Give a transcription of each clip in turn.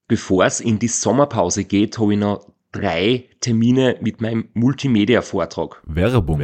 Bevor es in die Sommerpause geht, habe ich noch 3 Termine mit meinem Multimedia-Vortrag. Werbung.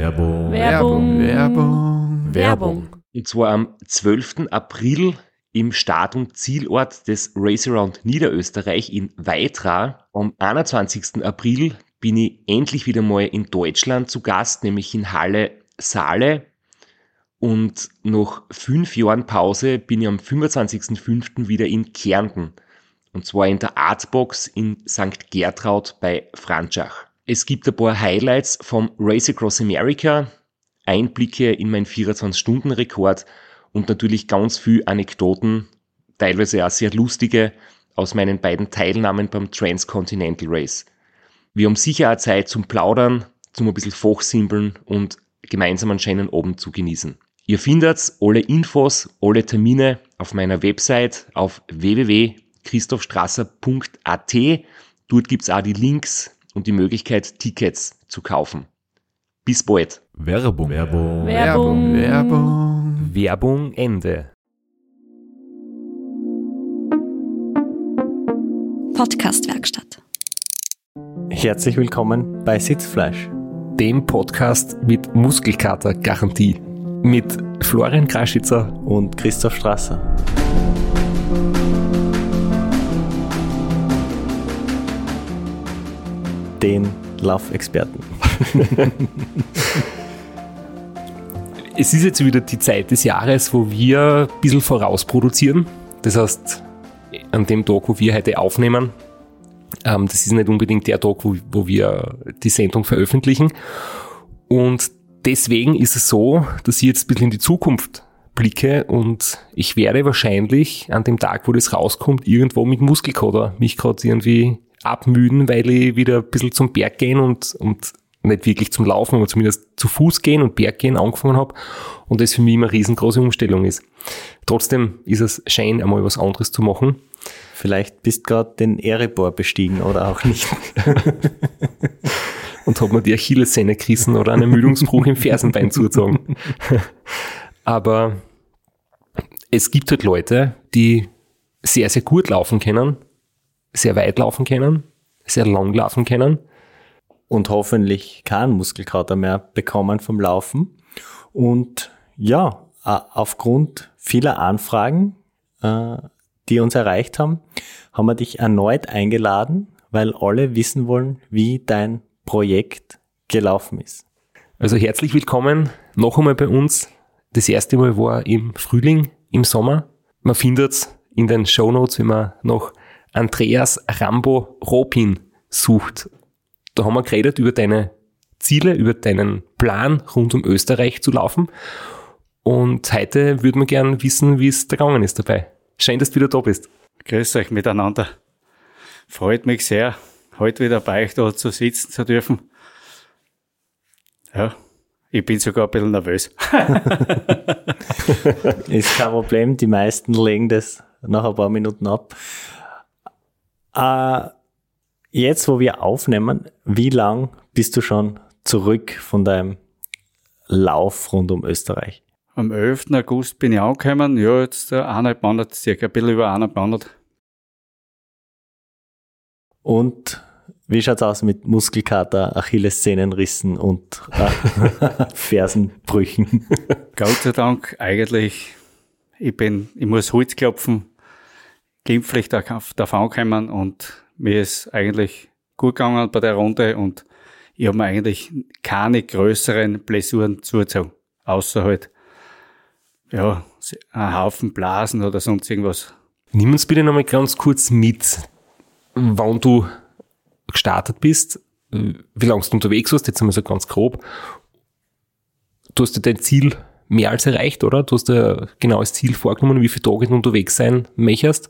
Und zwar am 12. April im Start- und Zielort des Race Around Niederösterreich in Weitra. Am 21. April bin ich endlich wieder mal in Deutschland zu Gast, nämlich in Halle Saale. Und nach 5 Jahren Pause bin ich am 25.05. wieder in Kärnten. Und zwar in der Artbox in St. Gertraud bei Franschach. Es gibt ein paar Highlights vom Race Across America, Einblicke in meinen 24-Stunden-Rekord und natürlich ganz viele Anekdoten, teilweise auch sehr lustige, aus meinen beiden Teilnahmen beim Transcontinental Race. Wir haben sicher auch Zeit zum Plaudern, zum ein bisschen fachsimpeln und gemeinsam einen schönen Abend zu genießen. Ihr findet alle Infos, alle Termine auf meiner Website auf www.christophstrasser.at. Dort gibt's auch die Links und die Möglichkeit, Tickets zu kaufen. Bis bald. Werbung Ende. Podcast-Werkstatt. Herzlich willkommen bei Sitzfleisch, dem Podcast mit Muskelkater-Garantie. Mit Florian Kraschitzer und Christoph Strasser. Den Laufexperten. Es ist jetzt wieder die Zeit des Jahres, wo wir ein bisschen vorausproduzieren. Das heißt, an dem Tag, wo wir heute aufnehmen, das ist nicht unbedingt der Tag, wo wir die Sendung veröffentlichen. Und deswegen ist es so, dass ich jetzt ein bisschen in die Zukunft blicke und ich werde wahrscheinlich an dem Tag, wo das rauskommt, irgendwo mit Muskelkater mich gerade irgendwie abmüden, weil ich wieder ein bisschen zum Berg gehen und nicht wirklich zum Laufen, aber zumindest zu Fuß gehen und Berggehen angefangen habe und das für mich immer eine riesengroße Umstellung ist. Trotzdem ist es schön, einmal was anderes zu machen. Vielleicht bist gerade den Erebor bestiegen oder auch nicht. Und hat mir die Achillessehne gerissen oder einen Ermüdungsbruch im Fersenbein zugezogen. Aber es gibt halt Leute, die sehr, sehr gut laufen können, sehr weit laufen können, sehr lang laufen können. Und hoffentlich keinen Muskelkater mehr bekommen vom Laufen. Und ja, aufgrund vieler Anfragen, die uns erreicht haben, haben wir dich erneut eingeladen, weil alle wissen wollen, wie dein Projekt gelaufen ist. Also herzlich willkommen noch einmal bei uns. Das erste Mal war im Frühling, im Sommer. Man findet es in den Shownotes, wenn man nach Andreas Rambo Ropin sucht. Da haben wir geredet über deine Ziele, über deinen Plan, rund um Österreich zu laufen. Und heute würden wir gerne wissen, wie es da gegangen ist dabei. Schön, dass du wieder da bist. Grüß euch miteinander. Freut mich sehr, heute wieder bei euch da zu sitzen zu dürfen. Ja, ich bin sogar ein bisschen nervös. Ist kein Problem, die meisten legen das nach ein paar Minuten ab. Jetzt, wo wir aufnehmen, wie lang bist du schon zurück von deinem Lauf rund um Österreich? Am 11. August bin ich angekommen, ja, jetzt 1,5 Monate, circa ein bisschen über 1,5 Monate. Und wie schaut's aus mit Muskelkater, Achillessehnenrissen und Fersenbrüchen? Gott sei Dank, eigentlich, ich muss Holz klopfen, glimpflich davon kommen und mir ist eigentlich gut gegangen bei der Runde und ich habe mir eigentlich keine größeren Blessuren zugezogen, außer halt, ja, ein Haufen Blasen oder sonst irgendwas. Nimm uns bitte nochmal ganz kurz mit, wann du gestartet bist, wie lange du unterwegs warst, jetzt einmal so ganz grob. Du hast dir dein Ziel mehr als erreicht, oder? Du hast dir genau das Ziel vorgenommen, wie viele Tage du unterwegs sein möchtest.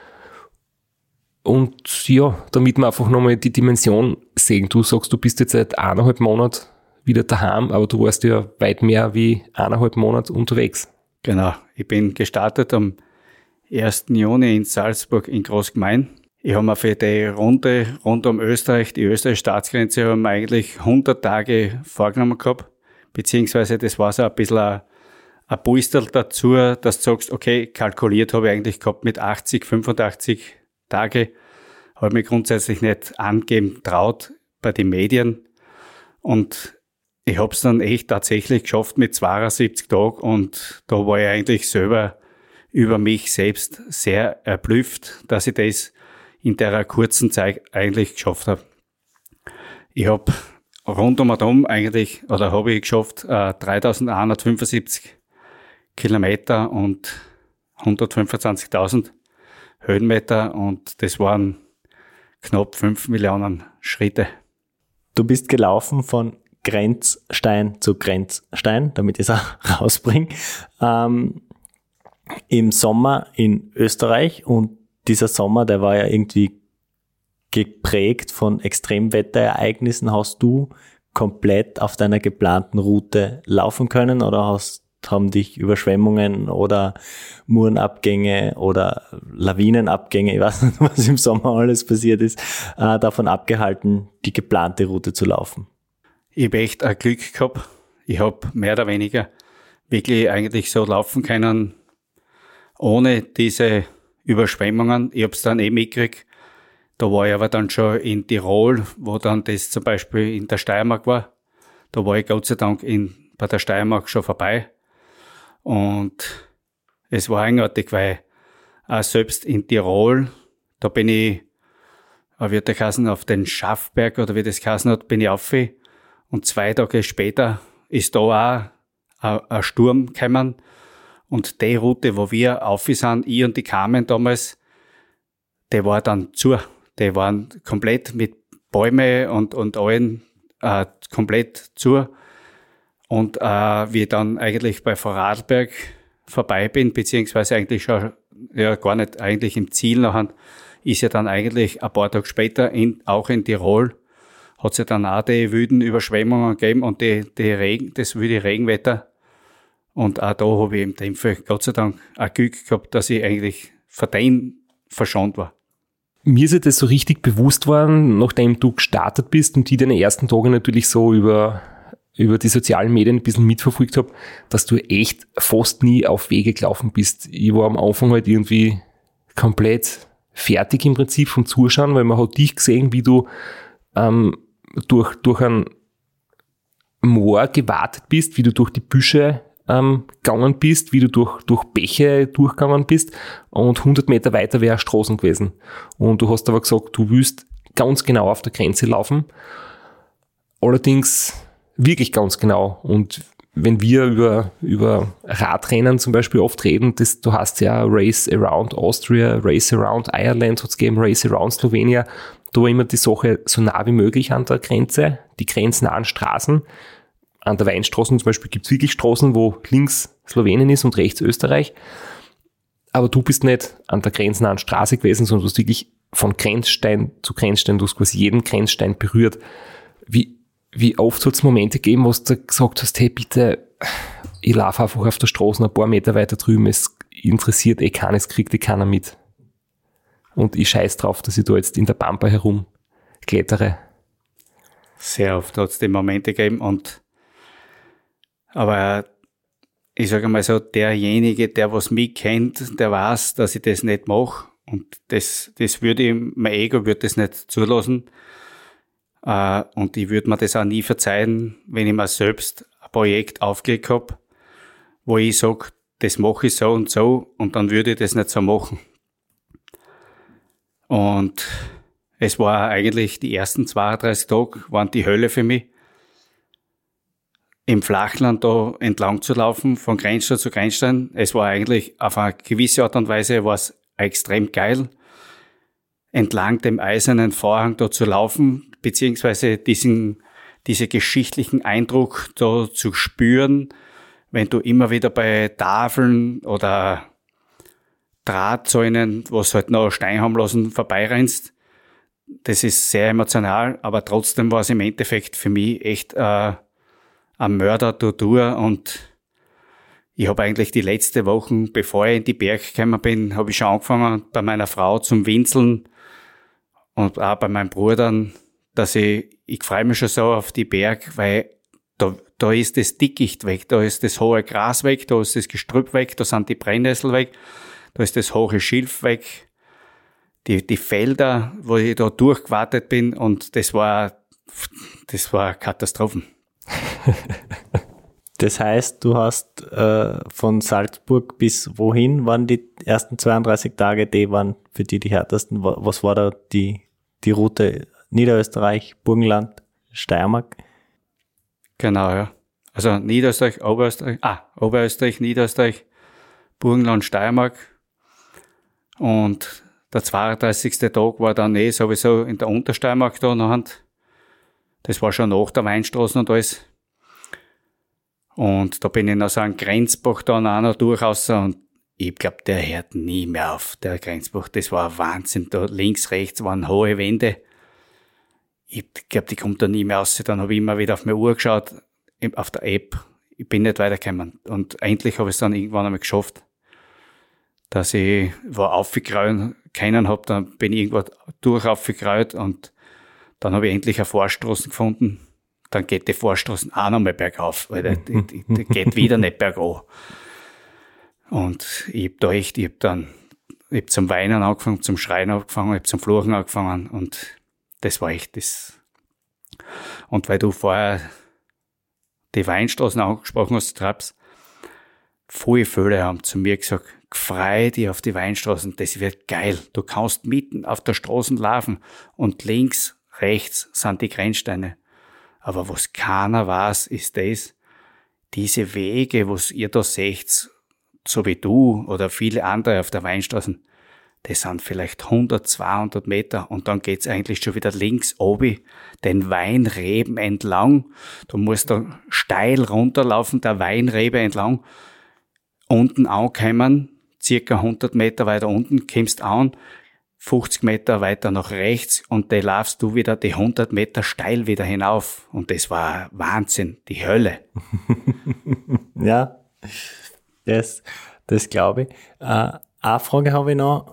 Und ja, damit wir einfach nochmal die Dimension sehen. Du sagst, du bist jetzt seit 1,5 Monaten wieder daheim, aber du warst ja weit mehr wie 1,5 Monate unterwegs. Genau, ich bin gestartet am 1. Juni in Salzburg in Großgemein. Ich habe mir für die Runde rund um Österreich, die österreichische Staatsgrenze, haben wir eigentlich 100 Tage vorgenommen gehabt. Beziehungsweise das war so ein bisschen ein Pulster dazu, dass du sagst, okay, kalkuliert habe ich eigentlich gehabt mit 80, 85 Tage. habe mich grundsätzlich nicht angeben traut bei den Medien. Und ich habe es dann echt tatsächlich geschafft mit 72 Tagen und da war ich eigentlich selber über mich selbst sehr erblüfft, dass ich das in der kurzen Zeit eigentlich geschafft habe. Ich habe rundum eigentlich, oder habe ich geschafft, 3175 Kilometer und 125.000 Höhenmeter und das waren knapp 5 Millionen Schritte. Du bist gelaufen von Grenzstein zu Grenzstein, damit ich es auch rausbringe, im Sommer in Österreich, und dieser Sommer, der war ja irgendwie geprägt von Extremwetterereignissen. Hast du komplett auf deiner geplanten Route laufen können oder haben dich Überschwemmungen oder Murenabgänge oder Lawinenabgänge, ich weiß nicht, was im Sommer alles passiert ist, davon abgehalten, die geplante Route zu laufen? Ich habe echt ein Glück gehabt. Ich habe mehr oder weniger wirklich eigentlich so laufen können, ohne diese Überschwemmungen. Ich habe es dann mitgekriegt. Da war ich aber dann schon in Tirol, wo dann das zum Beispiel in der Steiermark war. Da war ich Gott sei Dank bei der Steiermark schon vorbei. Und es war eigenartig, weil auch selbst in Tirol, da bin ich, wie hat der geheißen, auf den Schaffberg oder wie das geheißen hat, bin ich rauf. Und 2 Tage später ist da auch ein Sturm gekommen. Und die Route, wo wir rauf sind, ich und die Carmen damals, die war dann zu. Die waren komplett mit Bäumen und allen komplett zu. Und wie ich dann eigentlich bei Vorarlberg vorbei bin, beziehungsweise eigentlich schon, ja gar nicht eigentlich im Ziel nachher, ist ja dann eigentlich ein paar Tage später auch in Tirol, hat es ja dann auch die wilden Überschwemmungen gegeben und das wilde Regenwetter. Und auch da habe ich im Tempel Gott sei Dank ein Glück gehabt, dass ich eigentlich von dem verschont war. Mir ist das so richtig bewusst worden, nachdem du gestartet bist und die deine ersten Tage natürlich so über die sozialen Medien ein bisschen mitverfolgt habe, dass du echt fast nie auf Wege gelaufen bist. Ich war am Anfang halt irgendwie komplett fertig im Prinzip vom Zuschauen, weil man hat dich gesehen, wie du durch ein Moor gewartet bist, wie du durch die Büsche gegangen bist, wie du durch Bäche durchgegangen bist und 100 Meter weiter wäre Straßen gewesen. Und du hast aber gesagt, du willst ganz genau auf der Grenze laufen. Allerdings wirklich ganz genau. Und wenn wir über Radrennen zum Beispiel oft reden, du hast ja Race Around Austria, Race Around Ireland hat es gegeben, Race Around Slovenia. Da war immer die Sache so nah wie möglich an der Grenze, die grenznahen Straßen. An der Weinstraße zum Beispiel gibt es wirklich Straßen, wo links Slowenien ist und rechts Österreich. Aber du bist nicht an der grenznahen Straße gewesen, sondern du hast wirklich von Grenzstein zu Grenzstein, du hast quasi jeden Grenzstein berührt. Wie oft hat es Momente gegeben, wo du gesagt hast, hey bitte, ich laufe einfach auf der Straße ein paar Meter weiter drüben, es interessiert keiner, es kriegt keiner mit. Und ich scheiß drauf, dass ich da jetzt in der Pampa herumklettere. Sehr oft hat es die Momente gegeben aber ich sage mal so, derjenige, der was mich kennt, der weiß, dass ich das nicht mache und das mein Ego würde das nicht zulassen und ich würde mir das auch nie verzeihen, wenn ich mir selbst ein Projekt aufgelegt habe, wo ich sage, das mache ich so und dann würde ich das nicht so machen. Und es war eigentlich die ersten 32 Tage waren die Hölle für mich. Im Flachland da entlang zu laufen, von Grenzstein zu Grenzstein. Es war eigentlich auf eine gewisse Art und Weise war's extrem geil, entlang dem eisernen Vorhang da zu laufen, beziehungsweise diese geschichtlichen Eindruck da zu spüren, wenn du immer wieder bei Tafeln oder Drahtzäunen, was halt noch Stein haben lassen, vorbeirennst. Das ist sehr emotional, aber trotzdem war es im Endeffekt für mich echt ein Mörder-Tortur und ich habe eigentlich die letzte Wochen, bevor ich in die Berge gekommen bin, habe ich schon angefangen bei meiner Frau zum Winseln und auch bei meinen Brüdern, dass ich freue mich schon so auf die Berge, weil da ist das Dickicht weg, da ist das hohe Gras weg, da ist das Gestrüpp weg, da sind die Brennnessel weg, da ist das hohe Schilf weg. die Felder, wo ich da durchgewartet bin, und das war Katastrophen. Das heißt, du hast von Salzburg bis wohin waren die ersten 32 Tage, die waren für die härtesten? Was war da die Route Niederösterreich, Burgenland, Steiermark? Genau, ja. Also Niederösterreich, Oberösterreich, Niederösterreich, Burgenland, Steiermark. Und der 32. Tag war dann sowieso in der Untersteiermark da nachher. Das war schon nach der Weinstraße und alles. Und da bin ich nach so einem Grenzbach dann auch noch durch raus, und ich glaube, der hört nie mehr auf, der Grenzbach. Das war ein Wahnsinn. Da links, rechts waren hohe Wände. Ich glaube, die kommt da nie mehr raus. Dann habe ich immer wieder auf meine Uhr geschaut, auf der App. Ich bin nicht weitergekommen. Und endlich habe ich es dann irgendwann einmal geschafft, dass ich aufgekreuzt keinen habe. Dann bin ich irgendwo durch aufgekreuzt, und dann habe ich endlich eine Vorstraße gefunden. Dann geht die Vorstraße auch nochmal bergauf, weil die geht wieder nicht bergauf. Und ich habe zum Weinen angefangen, zum Schreien angefangen, ich habe zum Fluchen angefangen, und das war echt das. Und weil du vorher die Weinstraßen angesprochen hast, Traps, viele haben zu mir gesagt, freu dich auf die Weinstraßen, das wird geil. Du kannst mitten auf der Straße laufen und links, rechts sind die Grenzsteine. Aber was keiner weiß, ist diese Wege, was ihr da seht, so wie du oder viele andere auf der Weinstraße, das sind vielleicht 100, 200 Meter, und dann geht's eigentlich schon wieder links obi den Weinreben entlang. Du musst da steil runterlaufen, der Weinrebe entlang, unten ankommen, circa 100 Meter weiter unten, kommst an, 50 Meter weiter nach rechts, und da laufst du wieder die 100 Meter steil wieder hinauf. Und das war Wahnsinn, die Hölle. Ja, das glaube ich. Eine Frage habe ich noch.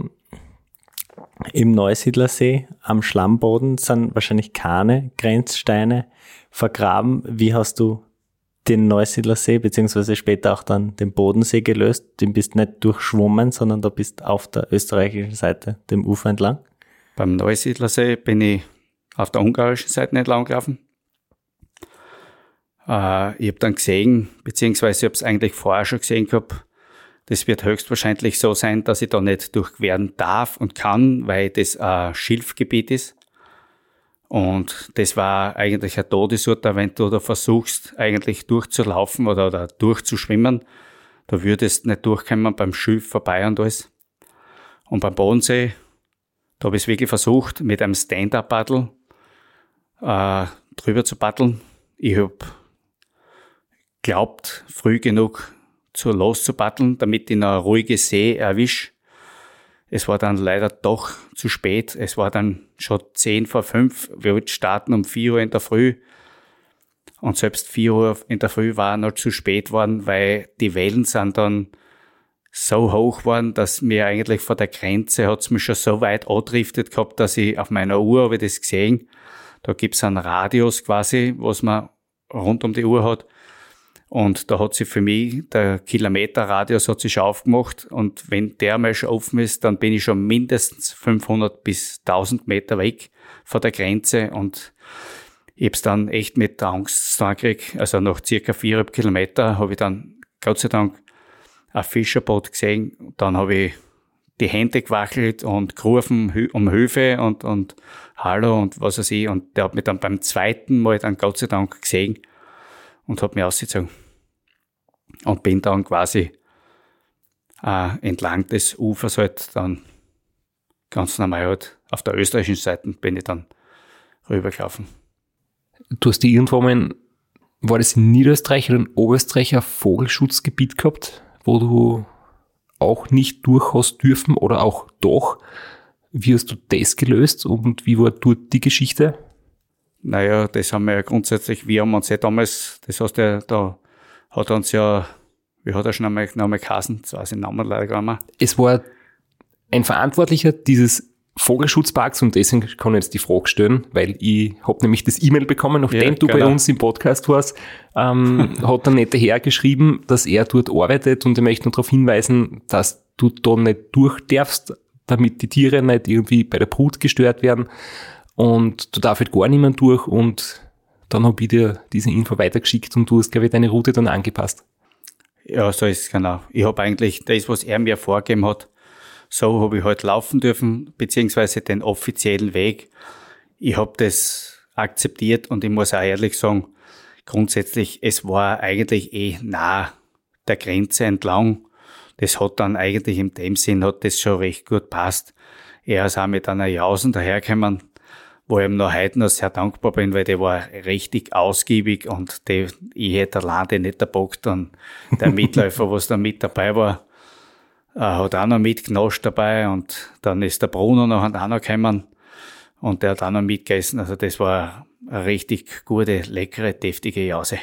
Im Neusiedlersee am Schlammboden sind wahrscheinlich keine Grenzsteine vergraben. Wie hast du den Neusiedlersee beziehungsweise später auch dann den Bodensee gelöst? Den bist nicht durchschwommen, sondern da bist auf der österreichischen Seite, dem Ufer entlang. Beim Neusiedlersee bin ich auf der ungarischen Seite entlang gelaufen. Ich habe dann gesehen, beziehungsweise ich habe es eigentlich vorher schon gesehen gehabt, das wird höchstwahrscheinlich so sein, dass ich da nicht durchqueren darf und kann, weil das ein Schilfgebiet ist. Und das war eigentlich ein Todesurteil, wenn du da versuchst, eigentlich durchzulaufen oder durchzuschwimmen. Da würdest du nicht durchkommen beim Schilf vorbei und alles. Und beim Bodensee, da habe ich es wirklich versucht, mit einem Stand-Up-Paddel drüber zu paddeln. Ich habe glaubt, früh genug loszupaddeln, damit ich noch eine ruhige See erwische. Es war dann leider doch zu spät. Es war dann schon 5:10. Wir wollten starten um 4 Uhr in der Früh. Und selbst 4 Uhr in der Früh war noch zu spät worden, weil die Wellen sind dann so hoch geworden, dass mir eigentlich vor der Grenze hat es mich schon so weit angedriftet gehabt, dass ich auf meiner Uhr habe ich das gesehen. Da gibt es einen Radius quasi, was man rund um die Uhr hat. Und da hat sich für mich, der Kilometerradius hat sich schon aufgemacht. Und wenn der mal schon offen ist, dann bin ich schon mindestens 500 bis 1000 Meter weg von der Grenze. Und ich habe es dann echt mit der Angst gekriegt. Also nach circa 4,5 Kilometer habe ich dann Gott sei Dank ein Fischerboot gesehen. Und dann habe ich die Hände gewackelt und gerufen um Hilfe und Hallo und was weiß ich. Und der hat mich dann beim zweiten Mal dann Gott sei Dank gesehen und hat mich ausgezogen. Und bin dann quasi entlang des Ufers halt dann ganz normal halt auf der österreichischen Seite bin ich dann rübergelaufen. Du hast irgendwann mal, war das in Niederösterreich oder in Oberösterreich ein Vogelschutzgebiet gehabt, wo du auch nicht durch hast dürfen oder auch doch? Wie hast du das gelöst und wie war dort die Geschichte? Naja, das haben wir ja grundsätzlich, wir haben uns ja damals, das heißt ja, da hat uns ja, wie hat er schon einmal geheißen, das weiß ich den Namen leider gar nicht mehr. Es war ein Verantwortlicher dieses Vogelschutzparks und deswegen kann ich jetzt die Frage stellen, weil ich habe nämlich das E-Mail bekommen, nachdem du bei uns im Podcast warst, hat der nette Herr geschrieben, dass er dort arbeitet und ich möchte noch darauf hinweisen, dass du da nicht durch darfst, damit die Tiere nicht irgendwie bei der Brut gestört werden. Und da darf halt gar niemand durch und dann habe ich dir diese Info weitergeschickt und du hast, glaube ich, deine Route dann angepasst. Ja, so ist es genau. Ich habe eigentlich das, was er mir vorgegeben hat, so habe ich halt laufen dürfen, beziehungsweise den offiziellen Weg. Ich habe das akzeptiert und ich muss auch ehrlich sagen, grundsätzlich, es war eigentlich nah der Grenze entlang. Das hat dann eigentlich in dem Sinn, hat das schon recht gut passt. Er ist auch mit einer Jausen dahergekommen, wo ich ihm noch heute noch sehr dankbar bin, weil der war richtig ausgiebig und ich hätte alleine nicht erbockt. Und der Mitläufer, was da mit dabei war, hat auch noch mitgenascht dabei und dann ist der Bruno noch gekommen und der hat auch noch mitgegessen. Also das war eine richtig gute, leckere, deftige Jause.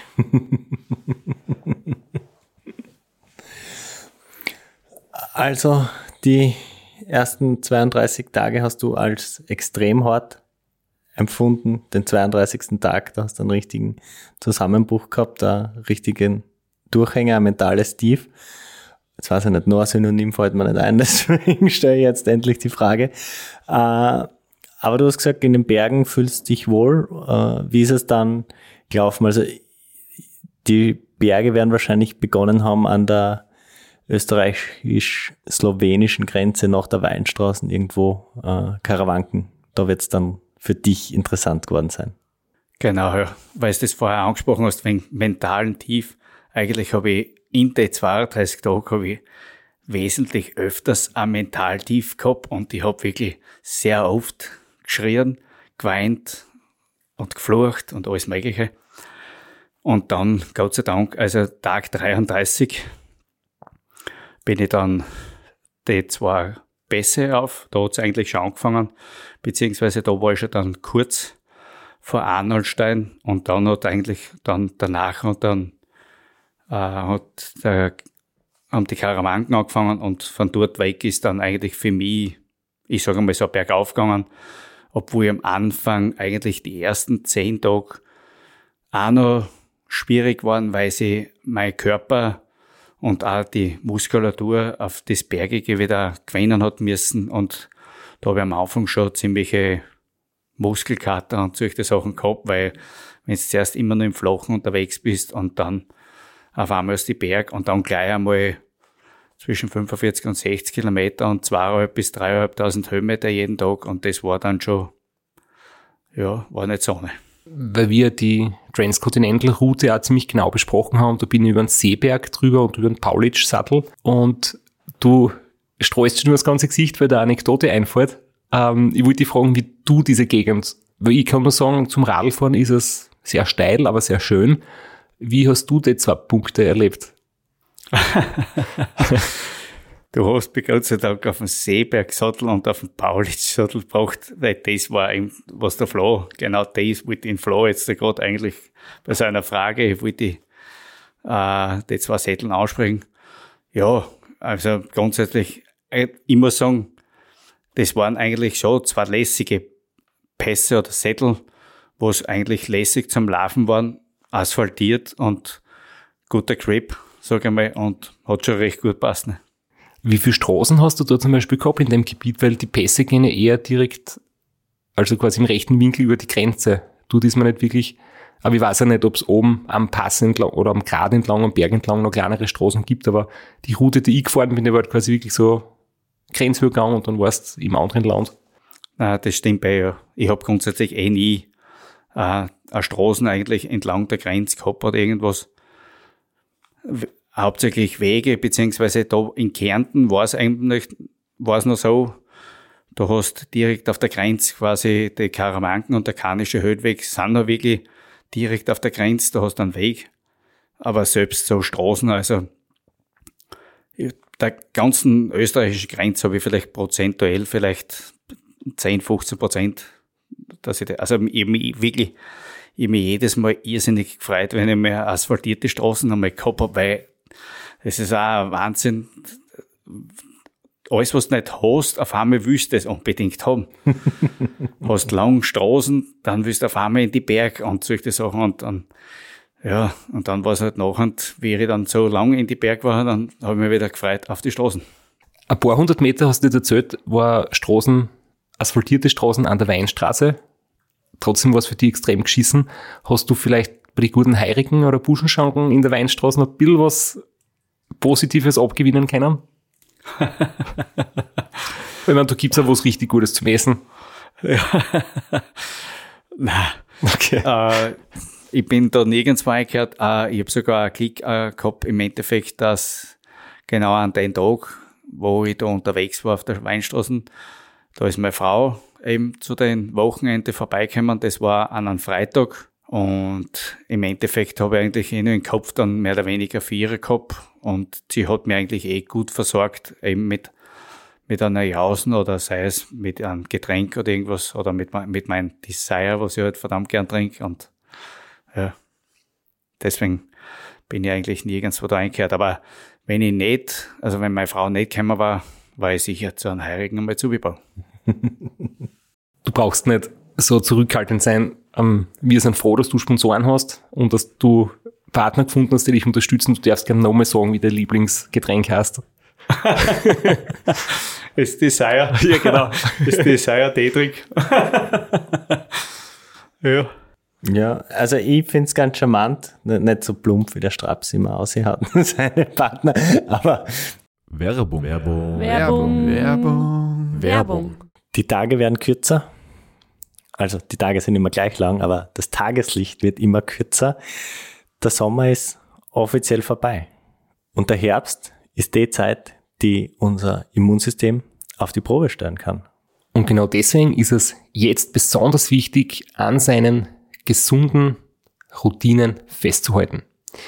Also die ersten 32 Tage hast du als extrem hart empfunden. Den 32. Tag, da hast du einen richtigen Zusammenbruch gehabt, einen richtigen Durchhänger, ein mentales Tief. Jetzt weiß ich nicht, nur ein Synonym fällt mir nicht ein, deswegen stelle ich jetzt endlich die Frage. Aber du hast gesagt, in den Bergen fühlst du dich wohl. Wie ist es dann gelaufen? Also die Berge werden wahrscheinlich begonnen haben an der österreichisch-slowenischen Grenze nach der Weinstraße irgendwo, Karawanken. Da wird es dann für dich interessant geworden sein. Genau, ja. Weil du das vorher angesprochen hast, wegen mentalen Tief. Eigentlich habe ich in den 32 Tagen wesentlich öfters ein Mentaltief gehabt und ich habe wirklich sehr oft geschrien, geweint und geflucht und alles Mögliche. Und dann, Gott sei Dank, also Tag 33, bin ich dann die 2 Pässe auf. Da hat es eigentlich schon angefangen, beziehungsweise da war ich schon dann kurz vor Arnoldstein und dann hat eigentlich dann danach und dann haben die Karawanken angefangen und von dort weg ist dann eigentlich für mich, ich sage mal so, bergauf gegangen, obwohl am Anfang eigentlich die ersten 10 Tage auch noch schwierig waren, weil sie mein Körper und auch die Muskulatur auf das Bergige wieder gewöhnen hat müssen und da habe ich am Anfang schon ziemliche Muskelkater und solche Sachen gehabt, weil wenn du zuerst immer nur im Flachen unterwegs bist und dann auf einmal ist die Berg und dann gleich einmal zwischen 45 und 60 Kilometer und 2.500 bis 3.500 Höhenmeter jeden Tag und das war dann schon, ja, war nicht so. Weil wir die Transcontinental-Route auch ziemlich genau besprochen haben, da bin ich über den Seeberg drüber und über den Paulitsch-Sattel und du streust schon über das ganze Gesicht, weil da eine Anekdote einfällt. Ich wollte dich fragen, wie du diese Gegend, weil ich kann nur sagen, zum Radlfahren ist es sehr steil, aber sehr schön. Wie hast du die 2 Punkte erlebt? Du hast mich Gott sei Dank auf dem Seebergsattel und auf dem Paulitsch-Sattel gebracht, weil das war eben, was der Flo, genau das wollte ich den Flo jetzt gerade eigentlich bei seiner Frage, ich wollte die 2 Sätteln ansprechen. Ja, also grundsätzlich, ich muss sagen, das waren eigentlich schon 2 lässige Pässe oder Sättel, wo es eigentlich lässig zum Laufen waren, asphaltiert und guter Grip, sage ich mal, und hat schon recht gut gepasst. Ne? Wie viele Straßen hast du da zum Beispiel gehabt in dem Gebiet? Weil die Pässe gehen ja eher direkt, also quasi im rechten Winkel über die Grenze. Tut ist man nicht wirklich, aber ich weiß ja nicht, ob es oben am Pass entlang oder am Grat entlang, am Berg entlang noch kleinere Straßen gibt, aber die Route, die ich gefahren bin, die war halt quasi wirklich so Grenzhöhe gegangen und dann warst du im anderen Land. Nein, das stimmt ja. Ich habe grundsätzlich nie eine Straßen eigentlich entlang der Grenze gehabt oder irgendwas. Hauptsächlich Wege, beziehungsweise da in Kärnten war es noch so, du hast direkt auf der Grenze quasi die Karawanken und der Karnische Höhenweg sind noch wirklich direkt auf der Grenze, da hast du einen Weg, aber selbst so Straßen, also der ganzen österreichischen Grenze habe ich vielleicht prozentuell vielleicht 10-15%, dass ich also eben wirklich, ich mich jedes Mal irrsinnig gefreut, wenn ich mir asphaltierte Straßen einmal gehabt habe, weil es ist auch ein Wahnsinn. Alles, was du nicht hast, auf einmal willst du es unbedingt haben. Hast lange Straßen, dann willst du auf einmal in die Berge und solche Sachen und dann, ja, und dann war es halt nachher, wie ich dann so lange in die Berge war, dann habe ich mich wieder gefreut auf die Straßen. ein paar 100 Meter, hast du dir erzählt, war Straßen, asphaltierte Straßen an der Weinstraße. Trotzdem war es für dich extrem geschissen. Hast du vielleicht bei den guten Heirigen oder Buschenschanken in der Weinstraße noch ein bisschen was Positives abgewinnen können? Ich meine, da gibt es auch was richtig Gutes zum Essen. Ja. Nein. Okay. Ich bin da nirgends reingehört. Ich habe sogar einen Klick gehabt im Endeffekt, dass genau an den Tag, wo ich da unterwegs war auf der Weinstraße, da ist meine Frau eben zu den Wochenende vorbeigekommen. Das war an einem Freitag. Und im Endeffekt habe ich eigentlich nur den Kopf dann mehr oder weniger für ihre gehabt. Und sie hat mir eigentlich gut versorgt, eben mit einer Jausen oder sei es mit einem Getränk oder irgendwas oder mit meinem Desire, was ich halt verdammt gern trinke. Und ja, deswegen bin ich eigentlich nirgendwo da eingekehrt. Aber wenn meine Frau nicht gekommen war, war ich sicher zu einem Heirigen einmal zugebaut. Du brauchst nicht so zurückhaltend sein. Wir sind froh, dass du Sponsoren hast und dass du Partner gefunden hast, die dich unterstützen. Du darfst gerne nochmal sagen, wie dein Lieblingsgetränk heißt. Das Desire. Ja, genau. Das Desire Tetrink. Ja. Ja, also ich finde es ganz charmant, nicht so plump wie der Straps immer aussieht, seine Partner, aber Werbung. die Tage werden kürzer. Also die Tage sind immer gleich lang, aber das Tageslicht wird immer kürzer. Der Sommer ist offiziell vorbei. Und der Herbst ist die Zeit, die unser Immunsystem auf die Probe stellen kann. Und genau deswegen ist es jetzt besonders wichtig, an seinen gesunden Routinen festzuhalten.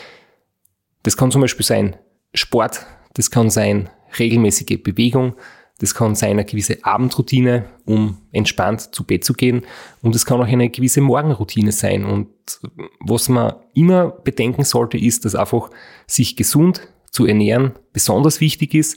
Das kann zum Beispiel sein Sport, das kann sein regelmäßige Bewegung, das kann sein eine gewisse Abendroutine, um entspannt zu Bett zu gehen, und es kann auch eine gewisse Morgenroutine sein. Und was man immer bedenken sollte, ist, dass einfach sich gesund zu ernähren besonders wichtig ist.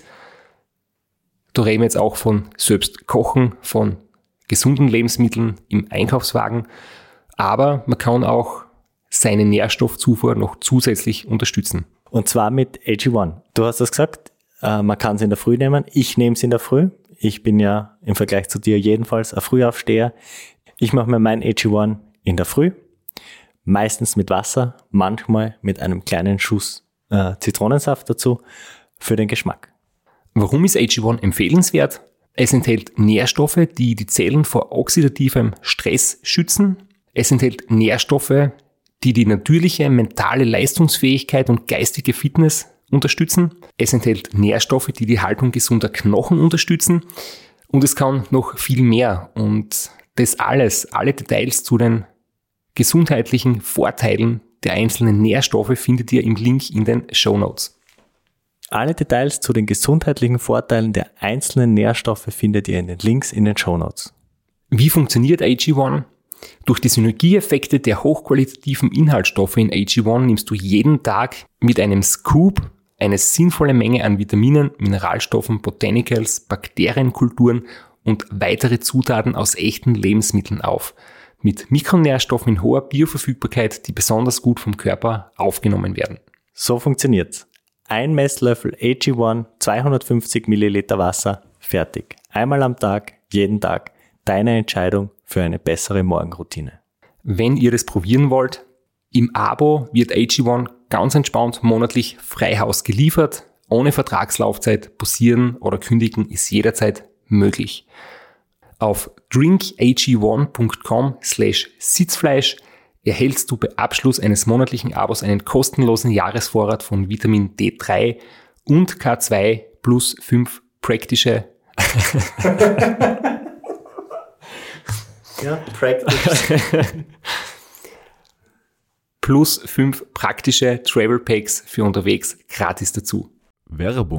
Da reden wir jetzt auch von selbst kochen, von gesunden Lebensmitteln im Einkaufswagen, aber man kann auch seine Nährstoffzufuhr noch zusätzlich unterstützen. Und zwar mit AG1. Du hast das gesagt, man kann es in der Früh nehmen. Ich nehme es in der Früh. Ich bin ja im Vergleich zu dir jedenfalls ein Frühaufsteher. Ich mache mir mein AG1 in der Früh, meistens mit Wasser, manchmal mit einem kleinen Schuss Zitronensaft dazu für den Geschmack. Warum ist AG1 empfehlenswert? Es enthält Nährstoffe, die die Zellen vor oxidativem Stress schützen. Es enthält Nährstoffe, die die natürliche mentale Leistungsfähigkeit und geistige Fitness unterstützen. Es enthält Nährstoffe, die die Haltung gesunder Knochen unterstützen. Und es kann noch viel mehr. Und das alles, alle Details zu den gesundheitlichen Vorteilen der einzelnen Nährstoffe findet ihr im Link in den Shownotes. Alle Details zu den gesundheitlichen Vorteilen der einzelnen Nährstoffe findet ihr in den Links in den Shownotes. Wie funktioniert AG1? Durch die Synergieeffekte der hochqualitativen Inhaltsstoffe in AG1 nimmst du jeden Tag mit einem Scoop eine sinnvolle Menge an Vitaminen, Mineralstoffen, Botanicals, Bakterienkulturen und weitere Zutaten aus echten Lebensmitteln auf. Mit Mikronährstoffen in hoher Bioverfügbarkeit, die besonders gut vom Körper aufgenommen werden. So funktioniert's. Ein Messlöffel AG1, 250 Milliliter Wasser, fertig. Einmal am Tag, jeden Tag. Deine Entscheidung für eine bessere Morgenroutine. Wenn ihr das probieren wollt, im Abo wird AG1 ganz entspannt monatlich frei Haus geliefert. Ohne Vertragslaufzeit, pausieren oder kündigen ist jederzeit möglich. Auf drinkag1.com/Sitzfleisch erhältst du bei Abschluss eines monatlichen Abos einen kostenlosen Jahresvorrat von Vitamin D3 und K2 plus 5 praktische Ja, practice. plus 5 praktische Travel Packs für unterwegs gratis dazu. Werbung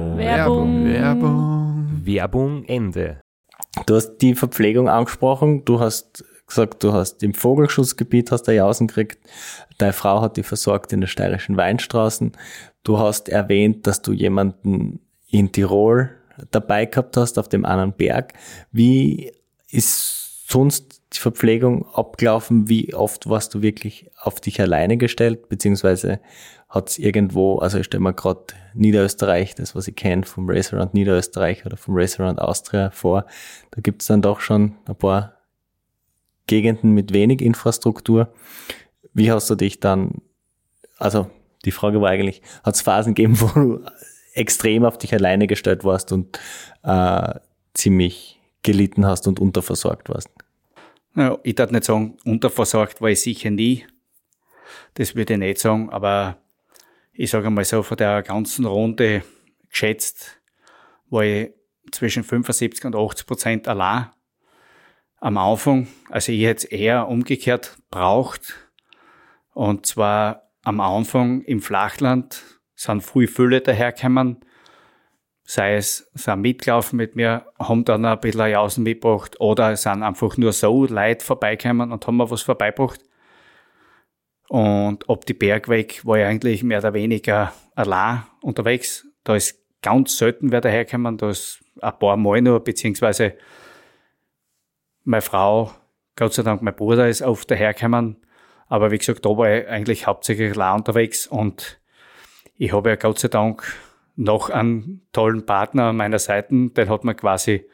Ende. Du hast die Verpflegung angesprochen. Du hast gesagt, du hast im Vogelschutzgebiet hast du Jausen gekriegt. Deine Frau hat dich versorgt in der steirischen Weinstraßen. Du hast erwähnt, dass du jemanden in Tirol dabei gehabt hast, auf dem anderen Berg. Wie ist sonst die Verpflegung abgelaufen? Wie oft warst du wirklich auf dich alleine gestellt? Beziehungsweise Hat's irgendwo, also ich stelle mir gerade Niederösterreich, das was ich kenne vom Racearound Niederösterreich oder vom Racearound Austria vor, da gibt's dann doch schon ein paar Gegenden mit wenig Infrastruktur. Wie hast du dich dann, also die Frage war eigentlich, hat's Phasen gegeben, wo du extrem auf dich alleine gestellt warst und ziemlich gelitten hast und unterversorgt warst? Ja, ich darf nicht sagen, unterversorgt war ich sicher nie. Das würde ich nicht sagen, aber ich sage mal so, von der ganzen Runde geschätzt war ich zwischen 75% und 80% allein am Anfang. Also ich hätte es eher umgekehrt braucht. Und zwar am Anfang im Flachland sind viele dahergekommen, sei es, sind mitgelaufen mit mir, haben dann ein bisschen Jausen mitgebracht oder sind einfach nur so Leute vorbeigekommen und haben mir was vorbeigebracht. Und ab die Bergweg war ich eigentlich mehr oder weniger allein unterwegs. Da ist ganz selten wer dahergekommen, da ist ein paar Mal nur, beziehungsweise meine Frau, Gott sei Dank, mein Bruder ist oft dahergekommen. Aber wie gesagt, da war ich eigentlich hauptsächlich allein unterwegs und ich habe ja Gott sei Dank noch einen tollen Partner an meiner Seite, den hat mir quasi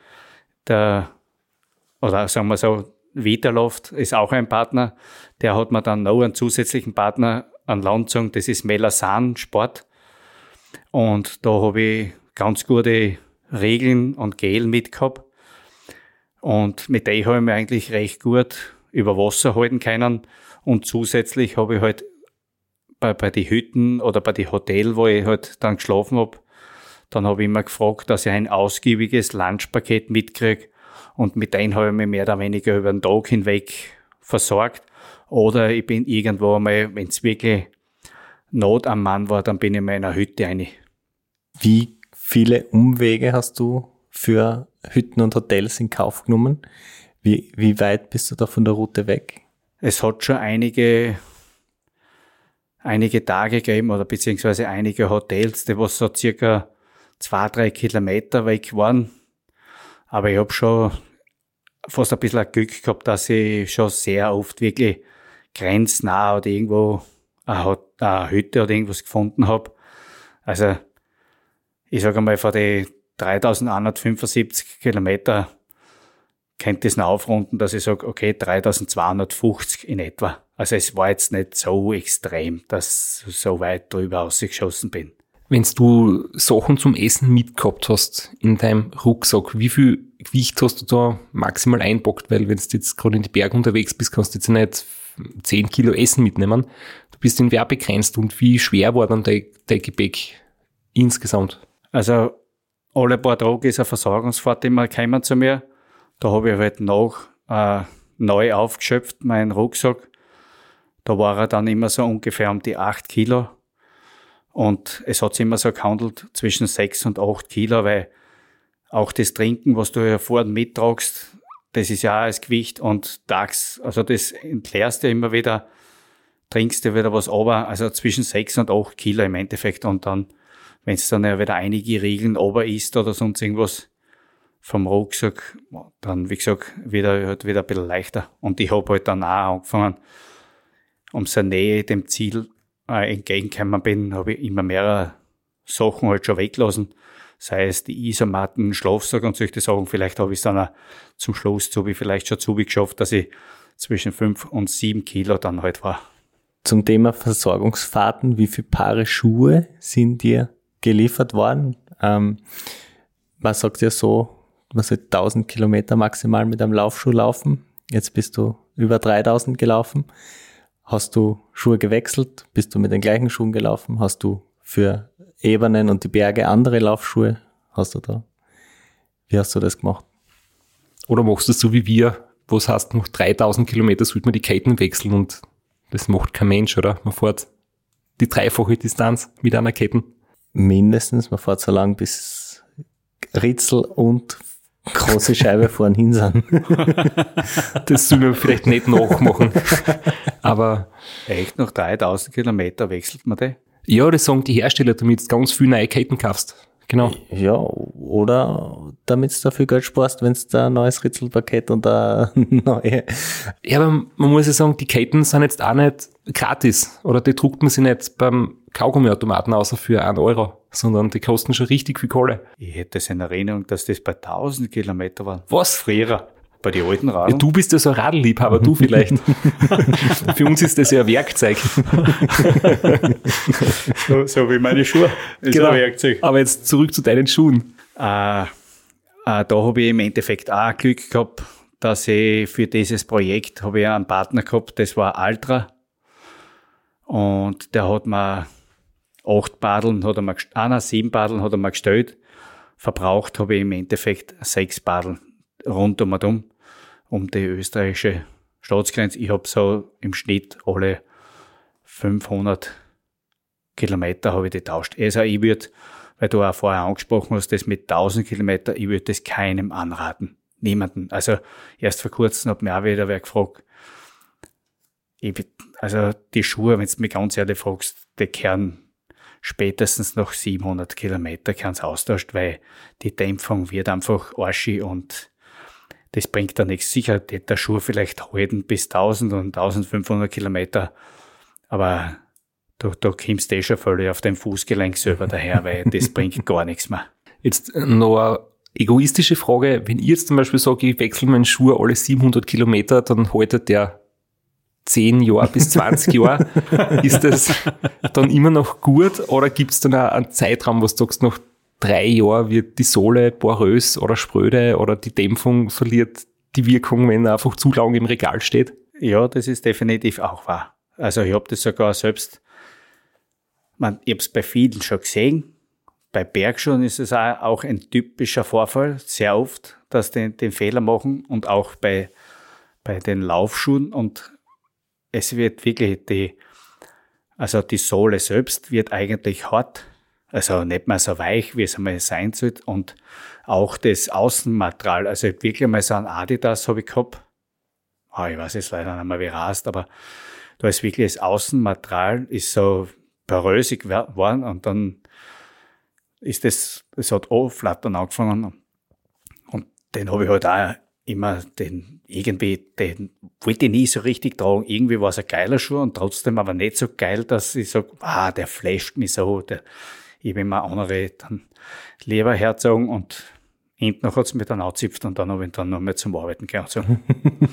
oder sagen wir so, Vitaluft ist auch ein Partner, der hat mir dann noch einen zusätzlichen Partner an Land gezogen, das ist Melasan Sport. Und da habe ich ganz gute Regeln und Gel mitgehabt. Und mit denen habe ich mich eigentlich recht gut über Wasser halten können. Und zusätzlich habe ich halt bei den Hütten oder bei den Hotels, wo ich halt dann geschlafen habe, dann habe ich immer gefragt, dass ich ein ausgiebiges Lunchpaket mitkriege. Und mit denen habe ich mich mehr oder weniger über den Tag hinweg versorgt. Oder ich bin irgendwo einmal, wenn es wirklich Not am Mann war, dann bin ich mal in einer Hütte rein. Wie viele Umwege hast du für Hütten und Hotels in Kauf genommen? Wie weit bist du da von der Route weg? Es hat schon einige Tage gegeben oder beziehungsweise einige Hotels, die was so circa 2-3 Kilometer weg waren. Aber ich habe schon fast ein bisschen ein Glück gehabt, dass ich schon sehr oft wirklich grenznah oder irgendwo eine Hütte oder irgendwas gefunden habe. Also ich sage einmal, von den 3175 Kilometer könnte ich es noch aufrunden, dass ich sage, okay, 3250 in etwa. Also es war jetzt nicht so extrem, dass ich so weit drüber rausgeschossen bin. Wenn du Sachen zum Essen mitgehabt hast in deinem Rucksack, wie viel Gewicht hast du da maximal einpackt? Weil wenn du jetzt gerade in die Berge unterwegs bist, kannst du jetzt nicht 10 Kilo Essen mitnehmen. Du bist in Wer begrenzt und wie schwer war dann dein Gepäck insgesamt? Also alle paar Tage ist eine Versorgungsfahrt immer gekommen zu mir. Da habe ich halt noch neu aufgeschöpft, meinen Rucksack. Da war er dann immer so ungefähr um die 8 Kilo. Und es hat sich immer so gehandelt zwischen 6 und 8 Kilo, weil auch das Trinken, was du ja vorne mittragst, das ist ja auch das Gewicht und tags, also das entleerst du immer wieder, trinkst du wieder was runter, also zwischen 6 und 8 Kilo im Endeffekt. Und dann, wenn es dann ja wieder einige Riegeln runter isst oder sonst irgendwas vom Rucksack, dann, wie gesagt, wieder ein bisschen leichter. Und ich habe halt dann auch angefangen, umso näher dem Ziel entgegengekommen bin, habe ich immer mehrere Sachen halt schon weggelassen. Sei es die Isomatten, Schlafsack und solche Sachen. Vielleicht habe ich es dann auch zum Schluss vielleicht schon geschafft, dass ich zwischen 5 und 7 Kilo dann halt war. Zum Thema Versorgungsfahrten, wie viele Paare Schuhe sind dir geliefert worden? Man sagt ja so, man soll 1000 Kilometer maximal mit einem Laufschuh laufen. Jetzt bist du über 3000 gelaufen. Hast du Schuhe gewechselt? Bist du mit den gleichen Schuhen gelaufen? Hast du für Ebenen und die Berge andere Laufschuhe? Wie hast du das gemacht? Oder machst du es so wie wir, wo es heißt, nach 3000 Kilometer sollte man die Ketten wechseln und das macht kein Mensch, oder? Man fährt die 3-fache Distanz mit einer Kette. Mindestens, man fährt so lang, bis Ritzel und große Scheibe vorn hin sind. Das soll man vielleicht nicht nachmachen. Aber echt, nach 3000 Kilometer wechselt man die? ja, das sagen die Hersteller, damit du ganz viele neue Ketten kaufst. Genau. Ja, oder damit du dafür Geld sparst, wenn du ein neues Ritzelpaket und eine neue... Ja, aber man muss ja sagen, die Ketten sind jetzt auch nicht gratis. Oder die druckt man sich nicht beim Kaugummiautomaten außer für 1 Euro, sondern die kosten schon richtig viel Kohle. Ich hätte es in Erinnerung, dass das bei 1000 Kilometer war. Was? Früher. Bei den alten Ja, Radeln. du bist ja so ein Radlliebhaber, du vielleicht. Für uns ist das ja ein Werkzeug. So wie meine Schuhe. Das ist ein Werkzeug. Aber jetzt zurück zu deinen Schuhen. Da habe ich im Endeffekt auch Glück gehabt, dass ich für dieses Projekt habe ich einen Partner gehabt, das war Altra. Und der hat mir 7 Badeln hat er mir gestellt. Verbraucht habe ich im Endeffekt 6 Badeln rund um die österreichische Staatsgrenze. Ich habe so im Schnitt alle 500 Kilometer habe ich die tauscht. Also ich würde, weil du auch vorher angesprochen hast, das mit 1000 Kilometer, ich würde das keinem anraten. Niemanden. Also erst vor kurzem hat mich auch wieder wer gefragt. Also die Schuhe, wenn du mich ganz ehrlich fragst, die kehren spätestens nach 700 Kilometer austauscht, weil die Dämpfung wird einfach arschig und das bringt da nichts. Sicher, der Schuh vielleicht halten bis 1000 und 1500 Kilometer, aber da kommst du schon völlig auf dein Fußgelenk selber daher, weil das bringt gar nichts mehr. Jetzt noch eine egoistische Frage. Wenn ich jetzt zum Beispiel sage, ich wechsle meinen Schuh alle 700 Kilometer, dann haltet der 10 Jahre bis 20 Jahre. Ist das dann immer noch gut oder gibt es dann auch einen Zeitraum, wo du sagst, nach 3 Jahren wird die Sohle porös oder spröde oder die Dämpfung verliert die Wirkung, wenn er einfach zu lange im Regal steht? Ja, das ist definitiv auch wahr. Also ich habe das sogar selbst, ich habe es bei vielen schon gesehen. Bei Bergschuhen ist es auch ein typischer Vorfall, sehr oft, dass die den Fehler machen und auch bei den Laufschuhen und es wird wirklich die Sohle selbst wird eigentlich hart, also nicht mehr so weich, wie es einmal sein sollte und auch das Außenmaterial, also ich habe wirklich mal so ein Adidas habe ich gehabt, ich weiß jetzt leider nicht mehr wie rast, aber da ist wirklich das Außenmaterial ist so porösig geworden und dann ist es hat flattern angefangen und den habe ich halt auch immer den wollte ich nie so richtig tragen. Irgendwie war es ein geiler Schuh und trotzdem aber nicht so geil, dass ich sage, der flasht mich so. Ich habe immer andere dann lieber herzogen und hinten hat es mich dann angezipft und dann habe ich dann noch mal zum Arbeiten gezogen.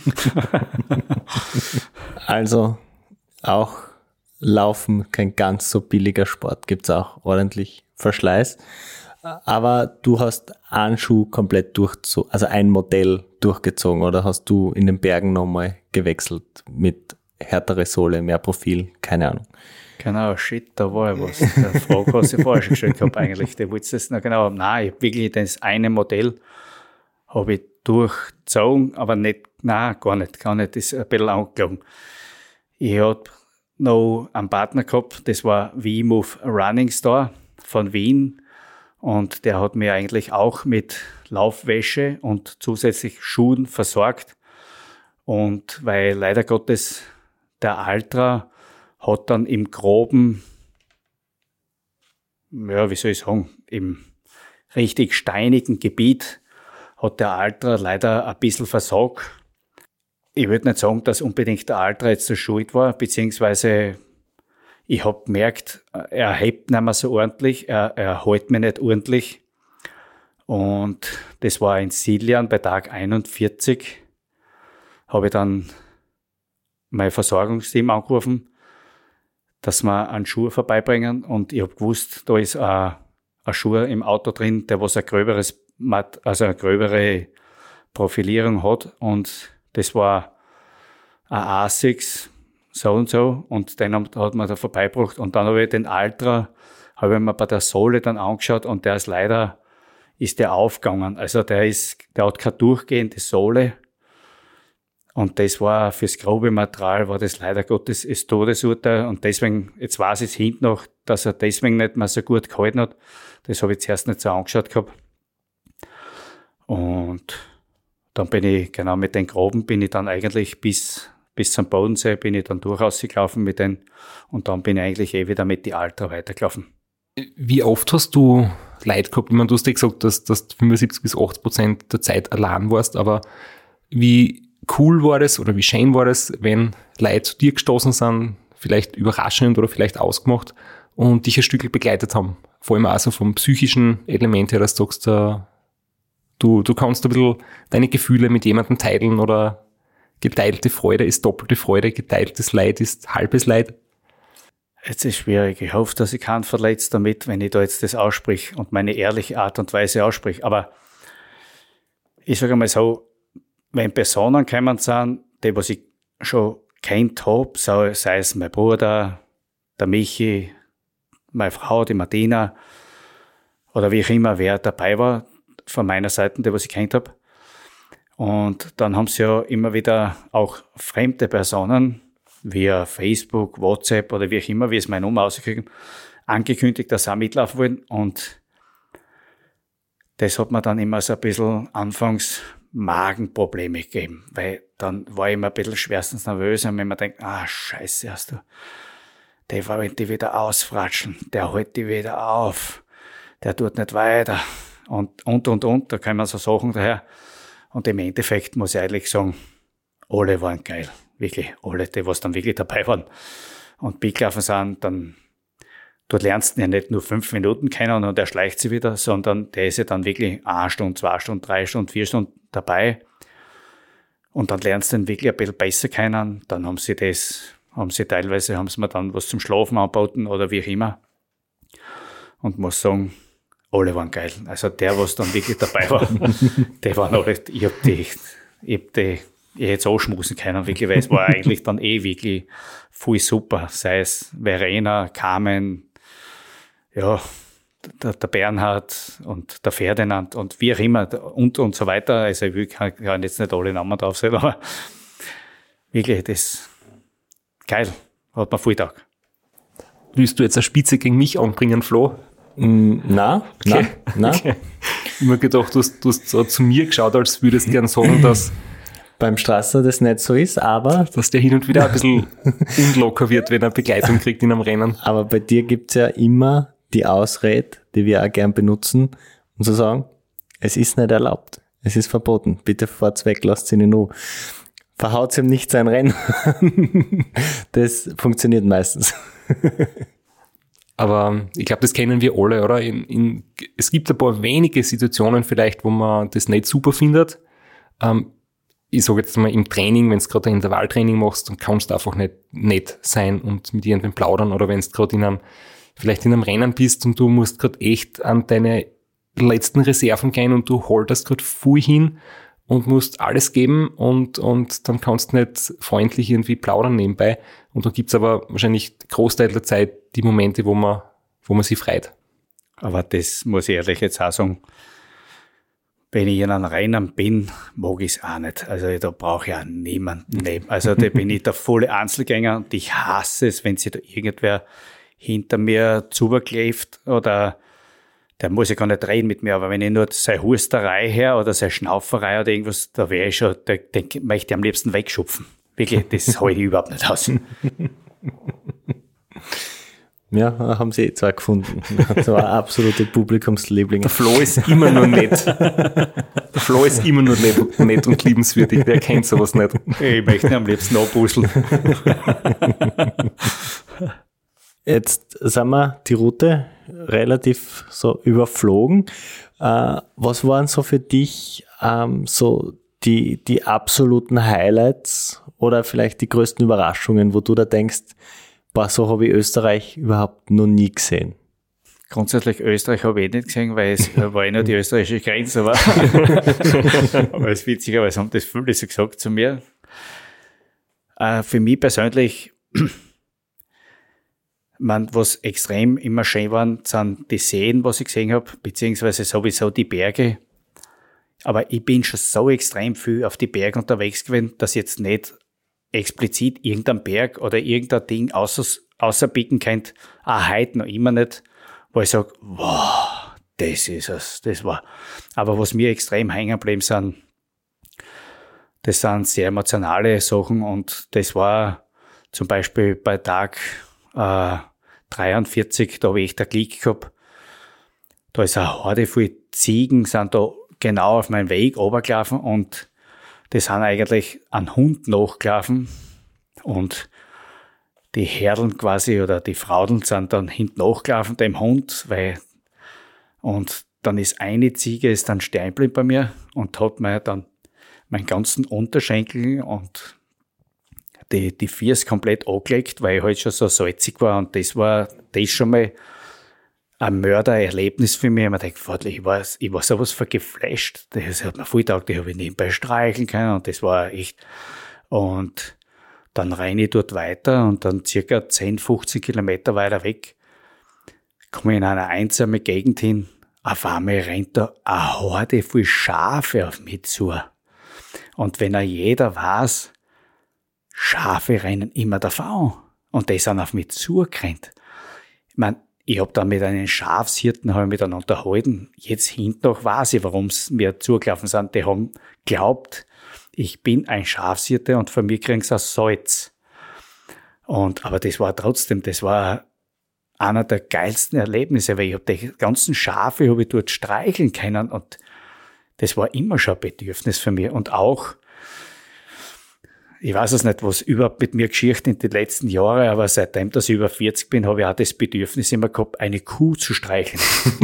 Also auch Laufen, kein ganz so billiger Sport, gibt's auch ordentlich Verschleiß. Aber du hast einen Schuh komplett durchgezogen, also ein Modell durchgezogen, oder hast du in den Bergen nochmal gewechselt mit härtere Sohle, mehr Profil, keine Ahnung. Genau, shit, da war ja was. Die Frage hast du vorher schon gestellt gehabt eigentlich. Die wolltest du das noch genau haben. Nein, ich habe wirklich das eine Modell habe ich durchgezogen, aber nicht, nein, gar nicht, das ist ein bisschen angelogen. Ich habe noch einen Partner gehabt, das war V-Move Running Store von Wien. Und der hat mir eigentlich auch mit Laufwäsche und zusätzlich Schuhen versorgt. Und weil leider Gottes der Altra hat dann im groben, ja, wie soll ich sagen, im richtig steinigen Gebiet hat der Altra leider ein bisschen versagt. Ich würde nicht sagen, dass unbedingt der Altra jetzt so schuld war, beziehungsweise ich habe gemerkt, er hebt nicht mehr so ordentlich, er hält mich nicht ordentlich. Und das war in Siljan bei Tag 41. Habe ich dann mein Versorgungsteam angerufen, dass wir einen Schuh vorbeibringen. Und ich habe gewusst, da ist ein Schuh im Auto drin, der was eine gröbere Profilierung hat. Und das war ein Asics, so und so, und den hat man da vorbeigebracht und dann habe ich den Altra, habe ich mir bei der Sohle dann angeschaut und der ist leider, der aufgegangen, also der hat keine durchgehende Sohle und das war fürs grobe Material, war das leider Gottes das Todesurteil und deswegen, jetzt weiß ich es hinten noch, dass er deswegen nicht mehr so gut gehalten hat, das habe ich zuerst nicht so angeschaut gehabt und dann bin ich, genau mit den groben bin ich dann eigentlich bis zum Bodensee bin ich dann durchaus gelaufen mit denen und dann bin ich eigentlich wieder mit die Altra weitergelaufen. Wie oft hast du Leute gehabt. Ich meine, du hast ja gesagt, dass du 75-80% der Zeit allein warst, aber wie cool war das oder wie schön war das, wenn Leute zu dir gestoßen sind, vielleicht überraschend oder vielleicht ausgemacht und dich ein Stück begleitet haben. Vor allem auch so vom psychischen Element her, dass du sagst, du kannst ein bisschen deine Gefühle mit jemandem teilen oder geteilte Freude ist doppelte Freude, geteiltes Leid ist halbes Leid. Jetzt ist schwierig. Ich hoffe, dass ich keinen verletzt damit, wenn ich da jetzt das aussprich und meine ehrliche Art und Weise aussprich. Aber ich sage mal so, wenn Personen gekommen sind, die, was ich schon kennt habe, sei es mein Bruder, der Michi, meine Frau, die Martina oder wie auch immer, wer dabei war, von meiner Seite, die was ich kennt habe. Und dann haben sie ja immer wieder auch fremde Personen via Facebook, WhatsApp oder wie auch immer, wie es meine Nummer ausgekriegt, angekündigt, dass sie auch mitlaufen wollen. Und das hat mir dann immer so ein bisschen anfangs Magenprobleme gegeben, weil dann war ich immer ein bisschen schwerstens nervös und wenn man denkt, scheiße, hast du, der wollte die wieder ausfratschen, der holt die wieder auf, der tut nicht weiter und, da kommen so Sachen daher. Und im Endeffekt muss ich eigentlich sagen, alle waren geil. Wirklich, alle, die was dann wirklich dabei waren und mitgelaufen sind, dann, dort lernst du ja nicht nur 5 Minuten kennen und er schleicht sie wieder, sondern der ist ja dann wirklich 1 Stunde, 2 Stunden, 3 Stunden, 4 Stunden dabei. Und dann lernst du ihn wirklich ein bisschen besser kennen. Dann haben sie mir dann was zum Schlafen angeboten oder wie auch immer. Und muss sagen, alle waren geil. Also der, was dann wirklich dabei war, der war noch nicht, ich hätte es anschmusen können, wirklich, weil es war eigentlich dann wirklich voll super. Sei es Verena, Carmen, ja, der Bernhard und der Ferdinand und wie auch immer und so weiter. Also ich kann jetzt nicht alle Namen draufsetzen, aber wirklich, das geil. Hat mir voll getaugt. Willst du jetzt eine Spitze gegen mich anbringen, Flo? Nein. Okay. Ich habe mir gedacht, du hast so zu mir geschaut, als würdest du gerne sagen, dass beim Strasser das nicht so ist, aber dass der hin und wieder ein bisschen unlocker wird, wenn er Begleitung kriegt in einem Rennen. Aber bei dir gibt's ja immer die Ausrede, die wir auch gern benutzen, um zu sagen, es ist nicht erlaubt, es ist verboten, bitte fahrt's weg, lasst ihn nur. Verhaut ihm nicht sein Rennen. Das funktioniert meistens. Aber ich glaube, das kennen wir alle, oder? Es gibt ein paar wenige Situationen vielleicht, wo man das nicht super findet. Ich sage jetzt mal im Training, wenn du gerade ein Intervalltraining machst, dann kannst du einfach nicht nett sein und mit irgendwem plaudern. Oder wenn du gerade vielleicht in einem Rennen bist und du musst gerade echt an deine letzten Reserven gehen und du holst gerade viel hin und musst alles geben und dann kannst du nicht freundlich irgendwie plaudern nebenbei. Und dann gibt's aber wahrscheinlich Großteil der Zeit die Momente, wo man sich freut. Aber das muss ich ehrlich jetzt auch sagen, wenn ich in einem Rennen bin, mag ich es auch nicht. Also da brauche ich auch niemanden neben. Also da bin ich der volle Einzelgänger und ich hasse es, wenn sich da irgendwer hinter mir zubeklebt oder der muss ja gar nicht reden mit mir, aber wenn ich nur seine Husterei her oder seine Schnauferei oder irgendwas, da wäre ich schon, den möchte ich am liebsten wegschupfen. Wirklich, das halte ich überhaupt nicht aus. Ja, haben sie zwei gefunden. So eine absolute Publikumsliebling. Der Flo ist immer nur nett. Der Flo ist immer nur nett und liebenswürdig. Der kennt sowas nicht. Ich möchte ihn am liebsten abbusseln. Jetzt sind wir die Route relativ so überflogen. Was waren so für dich so die absoluten Highlights oder vielleicht die größten Überraschungen, wo du da denkst, so habe ich Österreich überhaupt noch nie gesehen? Grundsätzlich Österreich habe ich nicht gesehen, weil es war ja nur die österreichische Grenze. Aber es ist witzigerweise haben das viele so gesagt zu mir. Für mich persönlich, was extrem immer schön waren, sind die Seen, was ich gesehen habe, beziehungsweise sowieso die Berge. Aber ich bin schon so extrem viel auf die Berge unterwegs gewesen, dass jetzt nicht explizit irgendein Berg oder irgendein Ding außerbieten könnt, heute noch immer nicht, wo ich sage, wow, das ist es, das war. Aber was mir extrem hängen geblieben sind, das sind sehr emotionale Sachen und das war zum Beispiel bei Tag 43, da habe ich echt ein Glück gehabt, da ist eine Horde voll Ziegen, sind da genau auf meinen Weg runtergelaufen und die sind eigentlich an Hund nachgelaufen und die Herren quasi oder die Fraudeln sind dann hinten nachgelaufen, dem Hund, und dann ist eine Ziege ist dann stehen geblieben bei mir und hat mir dann meinen ganzen Unterschenkel und die Füße komplett angelegt, weil ich halt schon so salzig war und das ist schon mal ein Mördererlebnis für mich. Ich war sowas von geflasht. Das hat mir voll getaugt, die habe ich nebenbei streicheln können und das war echt. Und dann rein ich dort weiter und dann circa 10, 15 Kilometer weiter weg komme ich in eine einsame Gegend hin. Auf einmal rennt da eine Horde voll Schafe auf mich zu. Und wenn jeder weiß, Schafe rennen immer davon. Und die sind auf mich zugerannt. Ich habe dann mit einem Schafshirten mich dann unterhalten. Jetzt hinten noch weiß ich, warum sie mir zugelaufen sind. Die haben geglaubt, ich bin ein Schafshirte und von mir kriegen sie auch Salz. Aber das war einer der geilsten Erlebnisse, weil ich habe die ganzen Schafe dort streicheln können und das war immer schon ein Bedürfnis für mich. Und auch, ich weiß es nicht, was überhaupt mit mir geschieht in den letzten Jahren, aber seitdem, dass ich über 40 bin, habe ich auch das Bedürfnis immer gehabt, eine Kuh zu streicheln.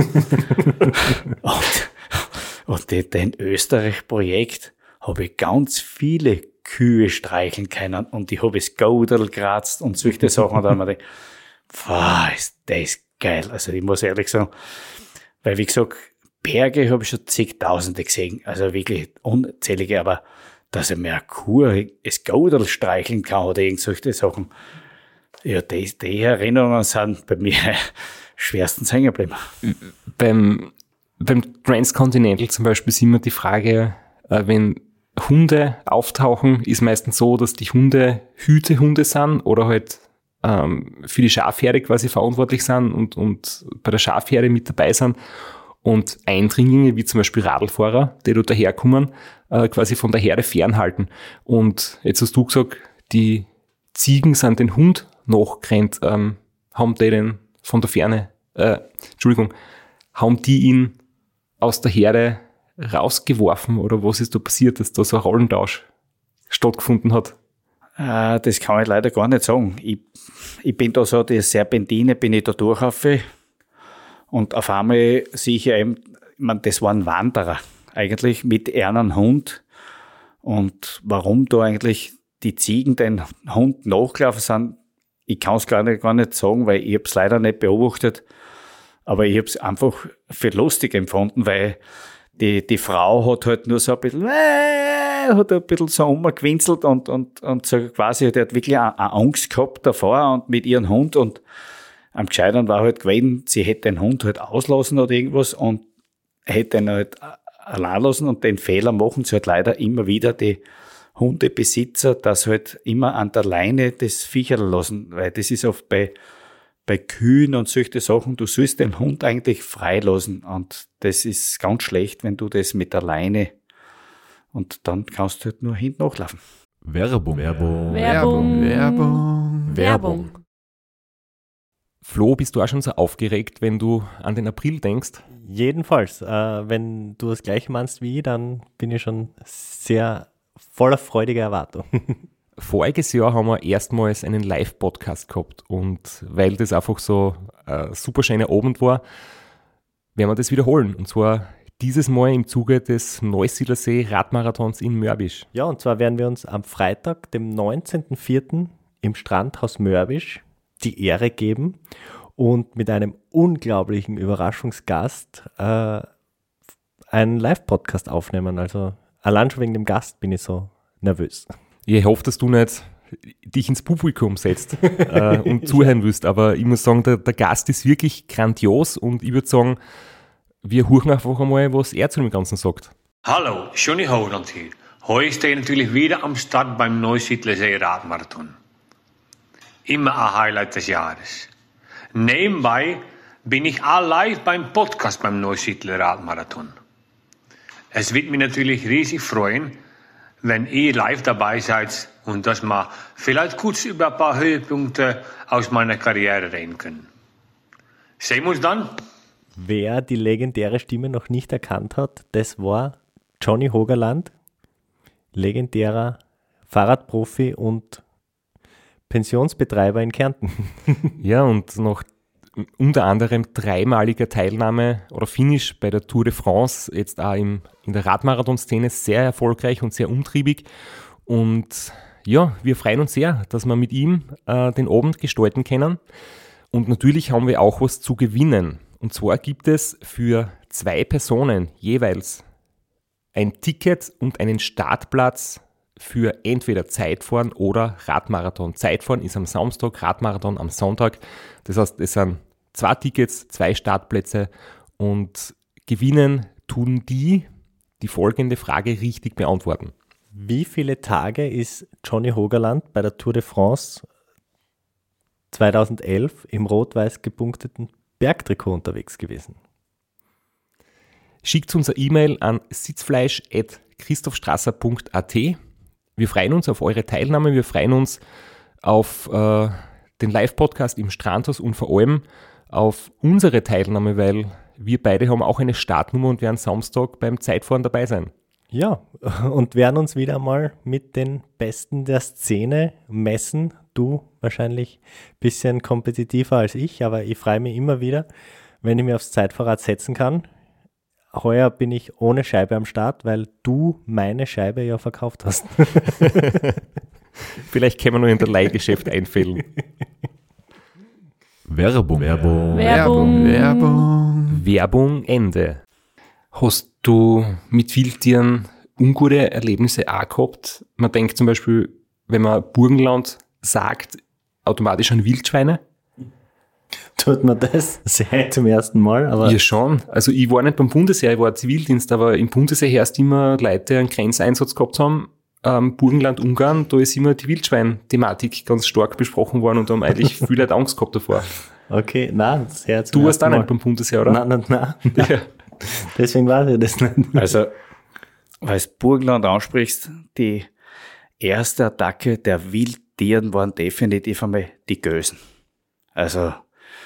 und den Österreich-Projekt habe ich ganz viele Kühe streicheln können und ich habe es Gaudel gekratzt und solche Sachen. Und dann habe ich gedacht, ist das geil. Also ich muss ehrlich sagen, weil wie gesagt, Berge habe ich schon zigtausende gesehen, also wirklich unzählige, aber dass ich mir eine Kuh das Gaudel streicheln kann oder irgend solche Sachen, ja, die Erinnerungen sind bei mir schwerstens hängen geblieben. Beim Transcontinental zum Beispiel ist immer die Frage, wenn Hunde auftauchen, ist meistens so, dass die Hunde Hütehunde sind oder halt für die Schafherde quasi verantwortlich sind und bei der Schafherde mit dabei sind und Eindringlinge, wie zum Beispiel Radlfahrer, die dort daherkommen, quasi von der Herde fernhalten. Und jetzt hast du gesagt, die Ziegen sind den Hund nachgerannt, haben die den von der Ferne, haben die ihn aus der Herde rausgeworfen oder was ist da passiert, dass da so ein Rollentausch stattgefunden hat? Das kann ich leider gar nicht sagen. Ich bin da so, die Serpentine bin ich da durch und auf einmal sehe ich eben, das waren Wanderer eigentlich mit einem Hund und warum da eigentlich die Ziegen den Hund nachgelaufen sind, ich kann es gar nicht sagen, weil ich habe es leider nicht beobachtet, aber ich habe es einfach für lustig empfunden, weil die Frau hat halt nur so ein bisschen, so umgewinselt und so quasi, die hat wirklich eine Angst gehabt davor und mit ihrem Hund und am Gescheitern war halt gewesen, sie hätte den Hund halt auslassen oder irgendwas und hätte ihn halt allein lassen und den Fehler machen sie halt leider immer wieder die Hundebesitzer, dass halt immer an der Leine das Viecherl lassen, weil das ist oft bei Kühen und solche Sachen, du sollst den Hund eigentlich freilassen und das ist ganz schlecht, wenn du das mit der Leine und dann kannst du halt nur hinten nachlaufen. Werbung. Flo, bist du auch schon so aufgeregt, wenn du an den April denkst? Jedenfalls. Wenn du das Gleiche meinst wie ich, dann bin ich schon sehr voller freudiger Erwartung. Voriges Jahr haben wir erstmals einen Live-Podcast gehabt und weil das einfach so ein super schöner Abend war, werden wir das wiederholen. Und zwar dieses Mal im Zuge des Neusiedlersee Radmarathons in Mörbisch. Ja, und zwar werden wir uns am Freitag, dem 19.04. im Strandhaus Mörbisch die Ehre geben und mit einem unglaublichen Überraschungsgast einen Live-Podcast aufnehmen. Also allein schon wegen dem Gast bin ich so nervös. Ich hoffe, dass du nicht dich ins Publikum setzt und zuhören willst, aber ich muss sagen, der Gast ist wirklich grandios und ich würde sagen, wir hören einfach einmal, was er zu dem Ganzen sagt. Hallo, Johnny Holand hier. Heute stehe ich natürlich wieder am Start beim Neusiedlersee Radmarathon. Immer ein Highlight des Jahres. Nebenbei bin ich auch live beim Podcast beim Neusiedler Radmarathon. Es wird mich natürlich riesig freuen, wenn ihr live dabei seid und dass wir vielleicht kurz über ein paar Höhepunkte aus meiner Karriere reden können. Sehen wir uns dann? Wer die legendäre Stimme noch nicht erkannt hat, das war Johnny Hogerland, legendärer Fahrradprofi und Pensionsbetreiber in Kärnten. Ja, und noch unter anderem dreimaliger Teilnahme oder Finish bei der Tour de France, jetzt auch in der Radmarathon-Szene sehr erfolgreich und sehr umtriebig. Und ja, wir freuen uns sehr, dass wir mit ihm den Abend gestalten können. Und natürlich haben wir auch was zu gewinnen. Und zwar gibt es für 2 Personen jeweils ein Ticket und einen Startplatz für entweder Zeitfahren oder Radmarathon. Zeitfahren ist am Samstag, Radmarathon am Sonntag. Das heißt, es sind 2 Tickets, 2 Startplätze und gewinnen tun die folgende Frage richtig beantworten. Wie viele Tage ist Johnny Hogerland bei der Tour de France 2011 im rot-weiß gepunkteten Bergtrikot unterwegs gewesen? Schickt uns eine E-Mail an sitzfleisch@christophstrasser.at. Wir freuen uns auf eure Teilnahme, wir freuen uns auf den Live-Podcast im Strandhaus und vor allem auf unsere Teilnahme, weil wir beide haben auch eine Startnummer und werden Samstag beim Zeitfahren dabei sein. Ja, und werden uns wieder mal mit den Besten der Szene messen. Du wahrscheinlich ein bisschen kompetitiver als ich, aber ich freue mich immer wieder, wenn ich mich aufs Zeitfahrrad setzen kann. Heuer bin ich ohne Scheibe am Start, weil du meine Scheibe ja verkauft hast. Vielleicht können wir noch in der Leihgeschäft einfällen. Werbung. Werbung Ende. Hast du mit Wildtieren ungute Erlebnisse auch gehabt? Man denkt zum Beispiel, wenn man Burgenland sagt, automatisch an Wildschweine. Tut man das? Sehr zum ersten Mal, aber... Ja schon. Also ich war nicht beim Bundesheer, ich war Zivildienst, aber im Bundesheer herrscht immer Leute, die einen Grenzeinsatz gehabt haben. Burgenland, Ungarn, da ist immer die Wildschwein-Thematik ganz stark besprochen worden und da haben eigentlich viele Leute Angst gehabt davor. Okay, nein, sehr zum Du warst ersten auch Mal. nicht beim Bundesheer, oder? Nein. Ja. Deswegen weiß ich das nicht. Also, weil du Burgenland ansprichst, die erste Attacke der Wildtieren waren definitiv einmal die Gösen. Also,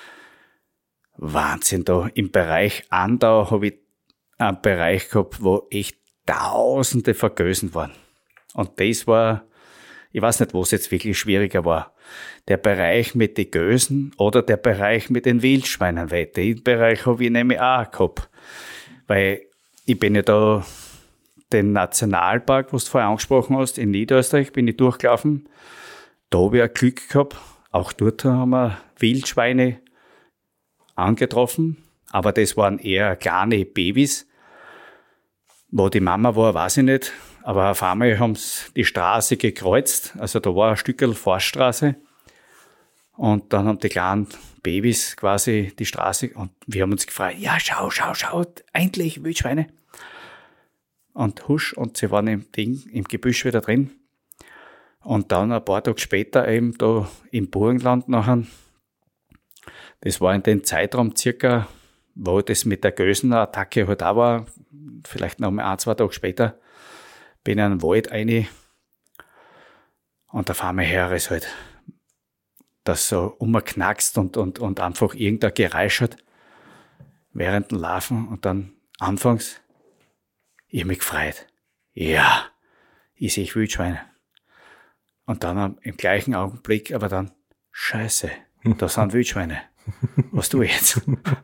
Wahnsinn, da im Bereich Andau habe ich einen Bereich gehabt, wo echt Tausende von Gösen waren. Und das war, ich weiß nicht, wo es jetzt wirklich schwieriger war. Der Bereich mit den Gösen oder der Bereich mit den Wildschweinen, weil den Bereich habe ich nämlich auch gehabt. Weil ich bin ja da den Nationalpark, was du vorher angesprochen hast, in Niederösterreich bin ich durchgelaufen. Da habe ich ein Glück gehabt. Auch dort haben wir Wildschweine angetroffen, aber das waren eher kleine Babys. Wo die Mama war, weiß ich nicht, aber auf einmal haben sie die Straße gekreuzt, also da war ein Stückel Forststraße und dann haben die kleinen Babys quasi die Straße und wir haben uns gefragt, ja schau, endlich Wildschweine. Und husch, und sie waren im Gebüsch wieder drin. Und dann ein paar Tage später eben da im Burgenland nachher, das war in dem Zeitraum circa, wo das mit der Gösenattacke halt auch war, vielleicht noch mal 1-2 Tage später, bin ich in den Wald rein und auf einmal her ist halt, das so umknackst und einfach irgendein Geräusch hat während dem Laufen und dann anfangs, ich habe mich gefreut. Ja, ich sehe Wildschweine. Und dann im gleichen Augenblick, aber dann, Scheiße, da sind Wildschweine. Was tue ich jetzt?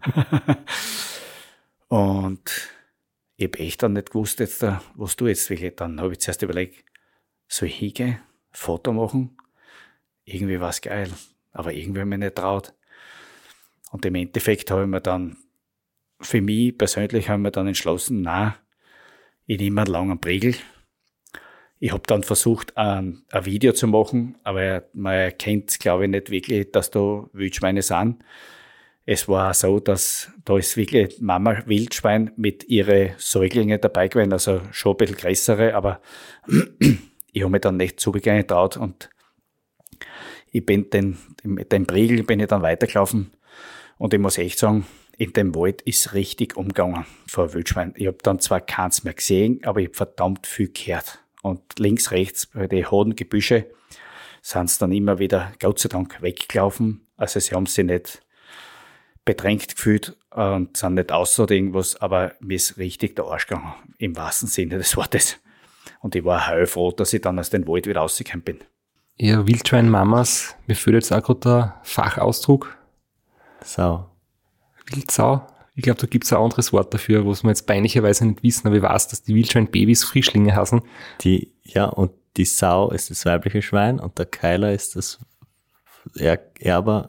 Und ich habe echt dann nicht gewusst, was tue ich jetzt wirklich. Dann habe ich zuerst überlegt, soll ich hingehen, Foto machen? Irgendwie war es geil, aber irgendwie habe ich mich nicht getraut. Und im Endeffekt habe ich mir dann, für mich persönlich, habe ich mir dann entschlossen, nein, ich nehme einen langen Pregel. Ich habe dann versucht, ein Video zu machen, aber man erkennt, glaube ich, nicht wirklich, dass da Wildschweine sind. Es war so, dass da ist wirklich Mama Wildschwein mit ihren Säuglingen dabei gewesen, also schon ein bisschen größere, aber ich habe mich dann nicht zugehen getraut und ich bin mit dem Pregel bin ich dann weitergelaufen und ich muss echt sagen, in dem Wald ist richtig umgegangen vor Wildschwein. Ich habe dann zwar keins mehr gesehen, aber ich habe verdammt viel gehört. Und links, rechts bei den hohen Gebüsche sind sie dann immer wieder, Gott sei Dank, weggelaufen. Also sie haben sie nicht bedrängt gefühlt und sind nicht aus oder irgendwas, aber mir ist richtig der Arsch gegangen, im wahrsten Sinne des Wortes. Und ich war heilfroh, dass ich dann aus dem Wald wieder rausgekommen bin. Ja, Wildschwein-Mamas, mir fehlt jetzt auch gerade der Fachausdruck. Sau. Wildsau. Ich glaube, da gibt es ein anderes Wort dafür, was wir jetzt peinlicherweise nicht wissen, aber ich weiß, dass die Wildschwein-Babys Frischlinge heißen. Und die Sau ist das weibliche Schwein und der Keiler ist das Erber.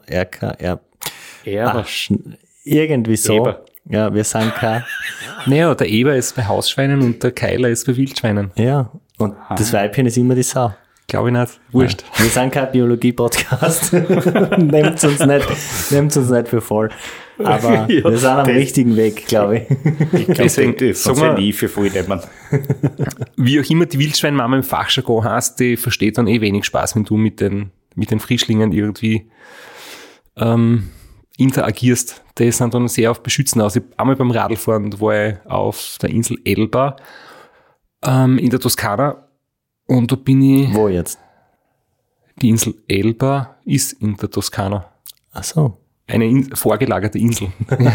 Irgendwie so. Eber. Ja, wir sagen kein. Naja, der Eber ist bei Hausschweinen und der Keiler ist bei Wildschweinen. Ja, und das Weibchen ist immer die Sau. Glaube ich nicht. Wurscht. Ja. Wir sind kein Biologie-Podcast. Nehmt uns nicht für voll. Aber Ja, wir sind am richtigen Weg, glaube ich. Deswegen sagen wir, nie für voll nehmen. wie auch immer die Wildschweinmama im Fachjargon heißt, die versteht dann wenig Spaß, wenn du mit den Frischlingen irgendwie interagierst. Die sind dann sehr auf Beschützen aus. Ich habe einmal beim Radlfahren, da war ich auf der Insel Elba in der Toskana und da bin ich... Wo jetzt? Die Insel Elba ist in der Toskana. Ach so. Eine vorgelagerte Insel.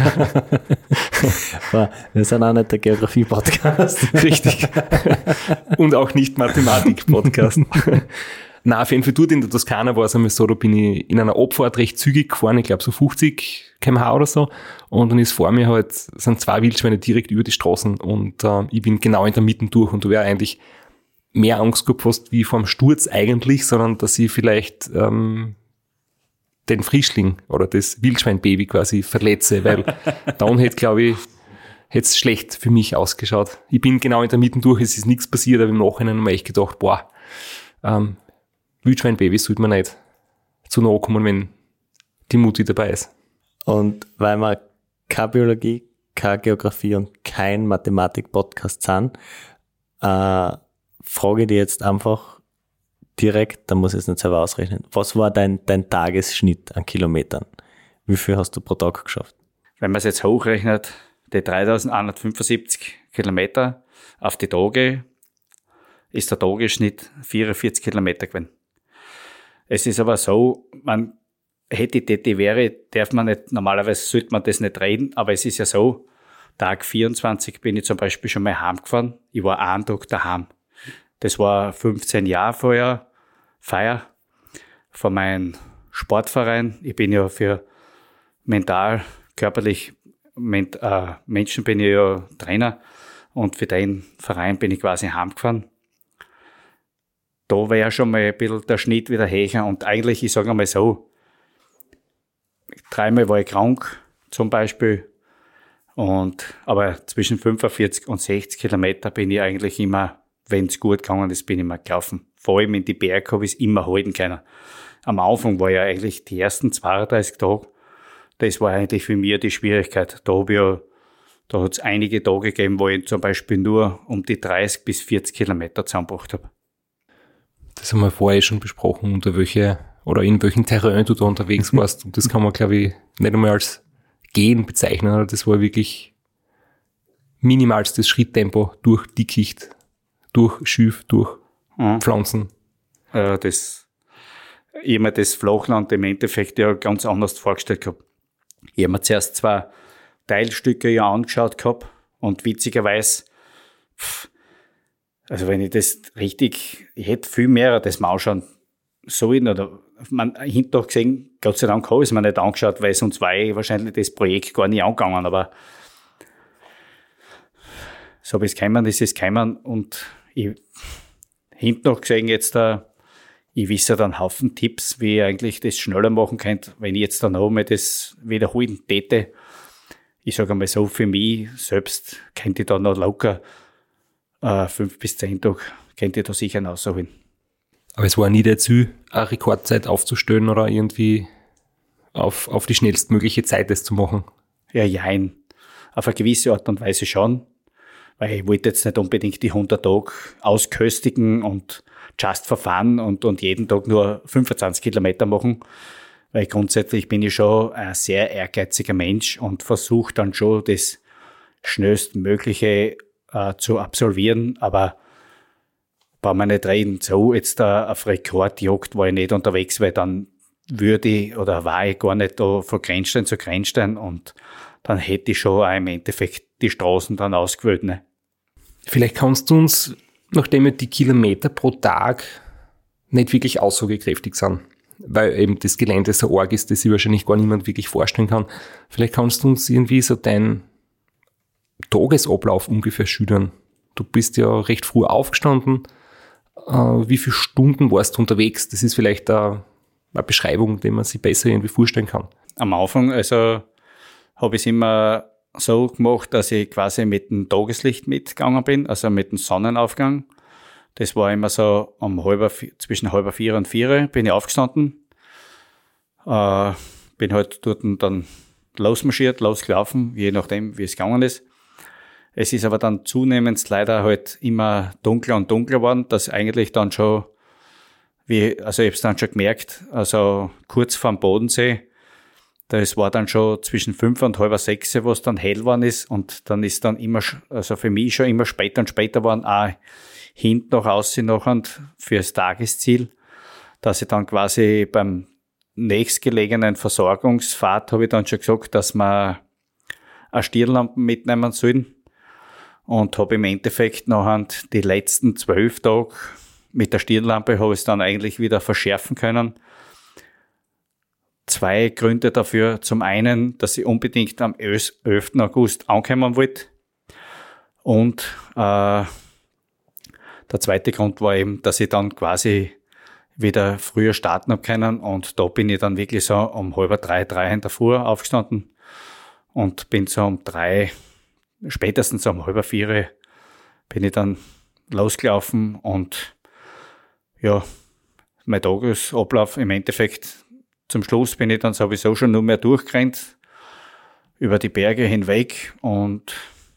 Wir sind auch nicht der Geografie-Podcast. Richtig. Und auch nicht Mathematik-Podcast. Na, auf jeden Fall dort in der Toskana war es einmal so, da bin ich in einer Abfahrt recht zügig gefahren, ich glaube so 50 km/h oder so. Und dann ist vor mir halt, sind 2 Wildschweine direkt über die Straßen und ich bin genau in der Mitte durch und da wäre eigentlich mehr Angst gehabt fast wie vor dem Sturz eigentlich, sondern dass ich vielleicht den Frischling oder das Wildschweinbaby quasi verletze, weil dann hätte es schlecht für mich ausgeschaut. Ich bin genau in der Mitte durch, es ist nichts passiert, aber im Nachhinein habe ich echt gedacht, Wildschweinbaby sollte man nicht zu nahe kommen, wenn die Mutti dabei ist. Und weil wir keine Biologie, keine Geografie und kein Mathematik-Podcast sind, frage ich dich jetzt einfach direkt, da muss ich es nicht selber ausrechnen. Was war dein Tagesschnitt an Kilometern? Wie viel hast du pro Tag geschafft? Wenn man es jetzt hochrechnet, die 3175 Kilometer auf die Tage, ist der Tagesschnitt 44 Kilometer gewesen. Es ist aber so, man hätte die wäre, darf man nicht, normalerweise sollte man das nicht reden, aber es ist ja so, Tag 24 bin ich zum Beispiel schon mal heimgefahren. Ich war einen Tag daheim. Das war 15 Jahre vorher Feier von meinem Sportverein. Ich bin ja für mental, körperlich Menschen bin ich ja Trainer und für den Verein bin ich quasi heimgefahren. Da war ja schon mal ein bisschen der Schnitt wieder höher und eigentlich, ich sage einmal so, 3-mal war ich krank zum Beispiel, aber zwischen 45 und 60 Kilometer bin ich eigentlich immer, wenn es gut gegangen ist, bin ich immer gelaufen. Vor allem in die Berge habe ich es immer halten können. Am Anfang war ja eigentlich die ersten 32 Tage, das war eigentlich für mich die Schwierigkeit. Da hat es einige Tage gegeben, wo ich zum Beispiel nur um die 30 bis 40 Kilometer zusammengebracht habe. Das haben wir vorher schon besprochen, in welchem Terrain du da unterwegs warst. Und das kann man, glaube ich, nicht einmal als Gehen bezeichnen. Das war wirklich minimalstes Schritttempo durch Dickicht, durch Schilf, durch Pflanzen. Ich habe mir das Flachland im Endeffekt ja ganz anders vorgestellt gehabt. Ich habe mir zuerst 2 Teilstücke ja angeschaut gehabt und witzigerweise, also wenn ich das richtig, ich hätte viel mehr das mal anschauen sollen oder man hinterher gesehen, Gott sei Dank habe ich es mir nicht angeschaut, weil sonst war ich wahrscheinlich das Projekt gar nicht angegangen, aber so habe ich es gekommen, ist es gekommen und ich hinterher gesehen jetzt ich wisse dann einen Haufen Tipps, wie ich eigentlich das schneller machen könnte, wenn ich jetzt dann auch mal das wiederholen täte. Ich sage einmal so, für mich selbst könnte ich da noch locker 5 bis 10 Tage, könnte ich da sicher rausholen. Aber es war nie der Ziel, eine Rekordzeit aufzustellen oder irgendwie auf die schnellstmögliche Zeit das zu machen. Ja, jein. Auf eine gewisse Art und Weise schon. Weil ich wollte jetzt nicht unbedingt die 100 Tage ausköstigen und just for fun und jeden Tag nur 25 Kilometer machen. Weil grundsätzlich bin ich schon ein sehr ehrgeiziger Mensch und versuche dann schon das Schnellstmögliche zu absolvieren. Aber brauchen wir nicht reden, so jetzt auf Rekordjagd war ich nicht unterwegs, weil dann war ich gar nicht da von Grenzstein zu Grenzstein und dann hätte ich schon auch im Endeffekt die Straßen dann ausgewählt. Ne? Vielleicht kannst du uns, nachdem ja die Kilometer pro Tag nicht wirklich aussagekräftig sind, weil eben das Gelände so arg ist, dass sich wahrscheinlich gar niemand wirklich vorstellen kann, vielleicht kannst du uns irgendwie so deinen Tagesablauf ungefähr schildern. Du bist ja recht früh aufgestanden. Wie viele Stunden warst du unterwegs? Das ist vielleicht eine Beschreibung, die man sich besser irgendwie vorstellen kann. Am Anfang, also habe ich es immer so gemacht, dass ich quasi mit dem Tageslicht mitgegangen bin, also mit dem Sonnenaufgang. Das war immer so zwischen 3:30 und 4 bin ich aufgestanden. Bin halt dort dann losmarschiert, losgelaufen, je nachdem, wie es gegangen ist. Es ist aber dann zunehmend leider halt immer dunkler und dunkler geworden, dass eigentlich dann schon, also ich habe es dann schon gemerkt, also kurz vorm Bodensee, das war dann schon zwischen 5 und halb 6, wo es dann hell geworden ist und dann ist dann immer, also für mich schon immer später und später geworden, auch hinten noch aussehen nachher fürs Tagesziel, dass ich dann quasi beim nächstgelegenen Versorgungsfahrt habe ich dann schon gesagt, dass wir eine Stirnlampe mitnehmen sollen. Und habe im Endeffekt nachher die letzten 12 Tage mit der Stirnlampe habe ich es dann eigentlich wieder verschärfen können. 2 Gründe dafür. Zum einen, dass ich unbedingt am 11. August ankommen wollte. Und der zweite Grund war eben, dass ich dann quasi wieder früher starten habe können. Und da bin ich dann wirklich so um 2:30 in der Früh aufgestanden und bin so um 3, spätestens um 3:30 bin ich dann losgelaufen und ja, mein Tagesablauf im Endeffekt zum Schluss bin ich dann sowieso schon nur mehr durchgerannt über die Berge hinweg und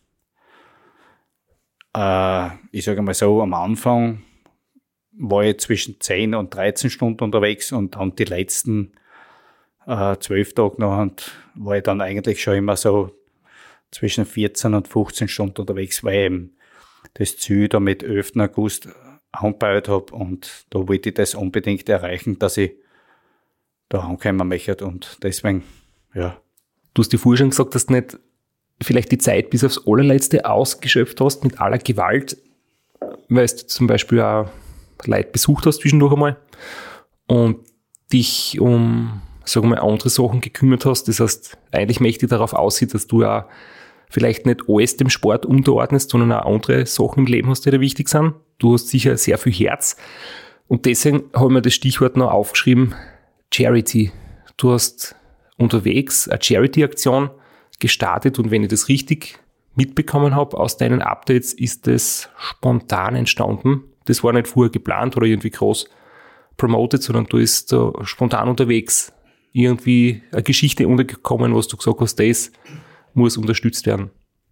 ich sage mal so, am Anfang war ich zwischen 10 und 13 Stunden unterwegs und dann die letzten 12 Tage noch und war ich dann eigentlich schon immer so zwischen 14 und 15 Stunden unterwegs, weil ich eben das Ziel da mit 11. August angebaut habe und da wollte ich das unbedingt erreichen, dass ich da ankommen möchte und deswegen, ja. Du hast dir vorher schon gesagt, dass du nicht vielleicht die Zeit bis aufs Allerletzte ausgeschöpft hast mit aller Gewalt, weil du zum Beispiel auch Leute besucht hast zwischendurch einmal und dich um, sagen wir mal, andere Sachen gekümmert hast. Das heißt, eigentlich möchte ich darauf aussehen, dass du ja vielleicht nicht alles dem Sport unterordnest, sondern auch andere Sachen im Leben hast, die dir wichtig sind. Du hast sicher sehr viel Herz. Und deswegen habe ich mir das Stichwort noch aufgeschrieben, Charity. Du hast unterwegs eine Charity-Aktion gestartet und wenn ich das richtig mitbekommen habe aus deinen Updates, ist das spontan entstanden. Das war nicht vorher geplant oder irgendwie groß promoted, sondern du bist so spontan unterwegs. Irgendwie eine Geschichte untergekommen, was du gesagt hast, das muss unterstützt werden.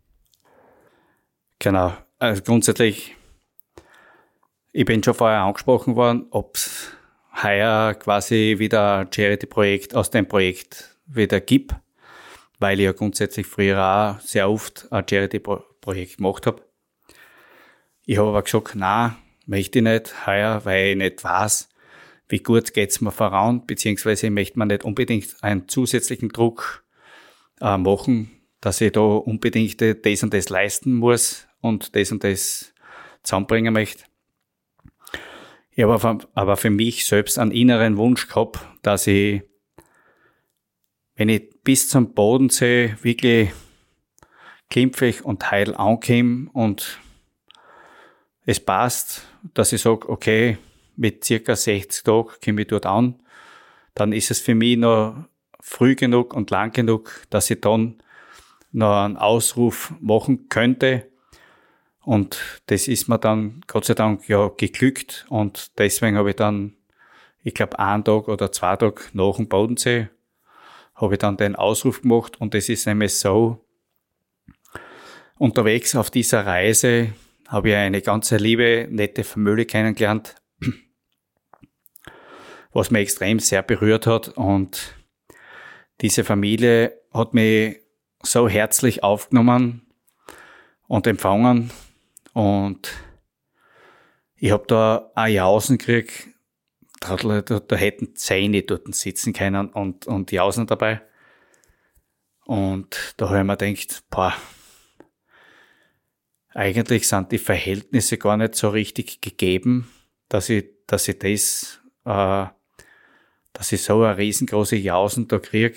Genau. Also grundsätzlich, ich bin schon vorher angesprochen worden, ob es heuer quasi wieder ein Charity-Projekt aus dem Projekt wieder gibt, weil ich ja grundsätzlich früher auch sehr oft ein Charity-Projekt gemacht habe. Ich habe aber gesagt, nein, möchte ich nicht heuer, weil ich nicht weiß, wie gut geht's mir voran, beziehungsweise möchte man nicht unbedingt einen zusätzlichen Druck machen, dass ich da unbedingt das und das leisten muss und das zusammenbringen möchte. Ich habe aber für mich selbst einen inneren Wunsch gehabt, dass ich, wenn ich bis zum Bodensee wirklich glimpflich und heil ankomme und es passt, dass ich sage, okay, mit circa 60 Tagen komme ich dort an, dann ist es für mich noch früh genug und lang genug, dass ich dann noch einen Ausruf machen könnte. Und das ist mir dann Gott sei Dank ja geglückt und deswegen habe ich dann, ich glaube 1 Tag oder 2 Tage nach dem Bodensee, habe ich dann den Ausruf gemacht und das ist nämlich so, unterwegs auf dieser Reise habe ich eine ganz liebe, nette Familie kennengelernt, was mich extrem sehr berührt hat und diese Familie hat mich so herzlich aufgenommen und empfangen und ich habe da ein Jausen gekriegt, da hätten 10 dort sitzen können und jausen dabei. Und da habe ich mir gedacht, eigentlich sind die Verhältnisse gar nicht so richtig gegeben, dass ich so eine riesengroße Jausen da kriege.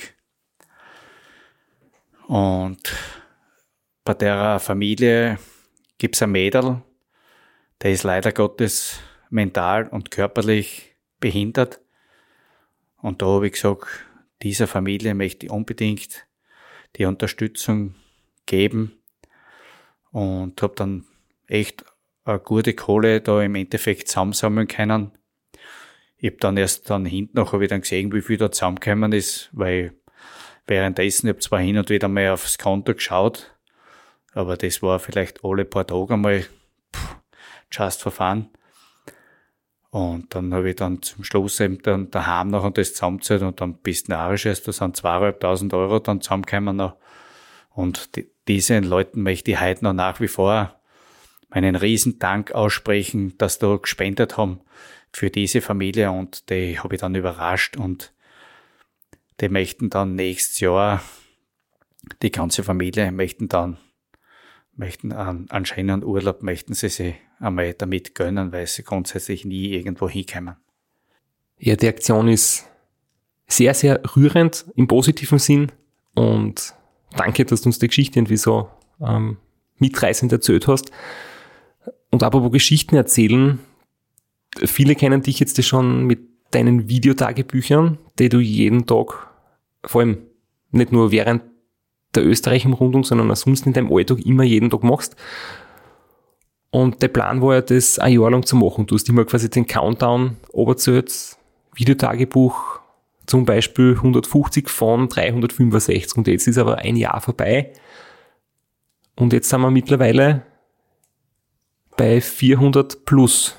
Und bei der Familie gibt's ein Mädel, der ist leider Gottes mental und körperlich behindert. Und da habe ich gesagt, dieser Familie möchte ich unbedingt die Unterstützung geben. Und habe dann echt eine gute Kohle da im Endeffekt zusammensammeln können. Ich habe dann erst hinten noch wieder gesehen, wie viel da zusammengekommen ist, weil währenddessen, ich habe zwar hin und wieder mal aufs Konto geschaut, aber das war vielleicht alle paar Tage einmal just for fun. Und dann habe ich dann zum Schluss eben dann daheim noch und das zusammengezählt und dann bist narrisch, da sind 2.500 € dann zusammengekommen noch. Und diesen Leuten möchte ich heute noch nach wie vor meinen riesen Dank aussprechen, dass sie da gespendet haben für diese Familie, und die habe ich dann überrascht, und die möchten dann nächstes Jahr, die ganze Familie möchten einen schönen Urlaub, möchten sie sich einmal damit gönnen, weil sie grundsätzlich nie irgendwo hinkommen. Ja, die Aktion ist sehr, sehr rührend im positiven Sinn, und danke, dass du uns die Geschichte irgendwie so mitreißend erzählt hast. Und apropos Geschichten erzählen, viele kennen dich jetzt schon mit deinen Videotagebüchern, die du jeden Tag, vor allem nicht nur während der Österreich-Umrundung, sondern auch sonst in deinem Alltag immer jeden Tag machst. Und der Plan war ja, das ein Jahr lang zu machen. Du hast immer quasi den Countdown runtergezählt, Videotagebuch, zum Beispiel 150 von 365. Und jetzt ist aber ein Jahr vorbei. Und jetzt sind wir mittlerweile bei 400 plus.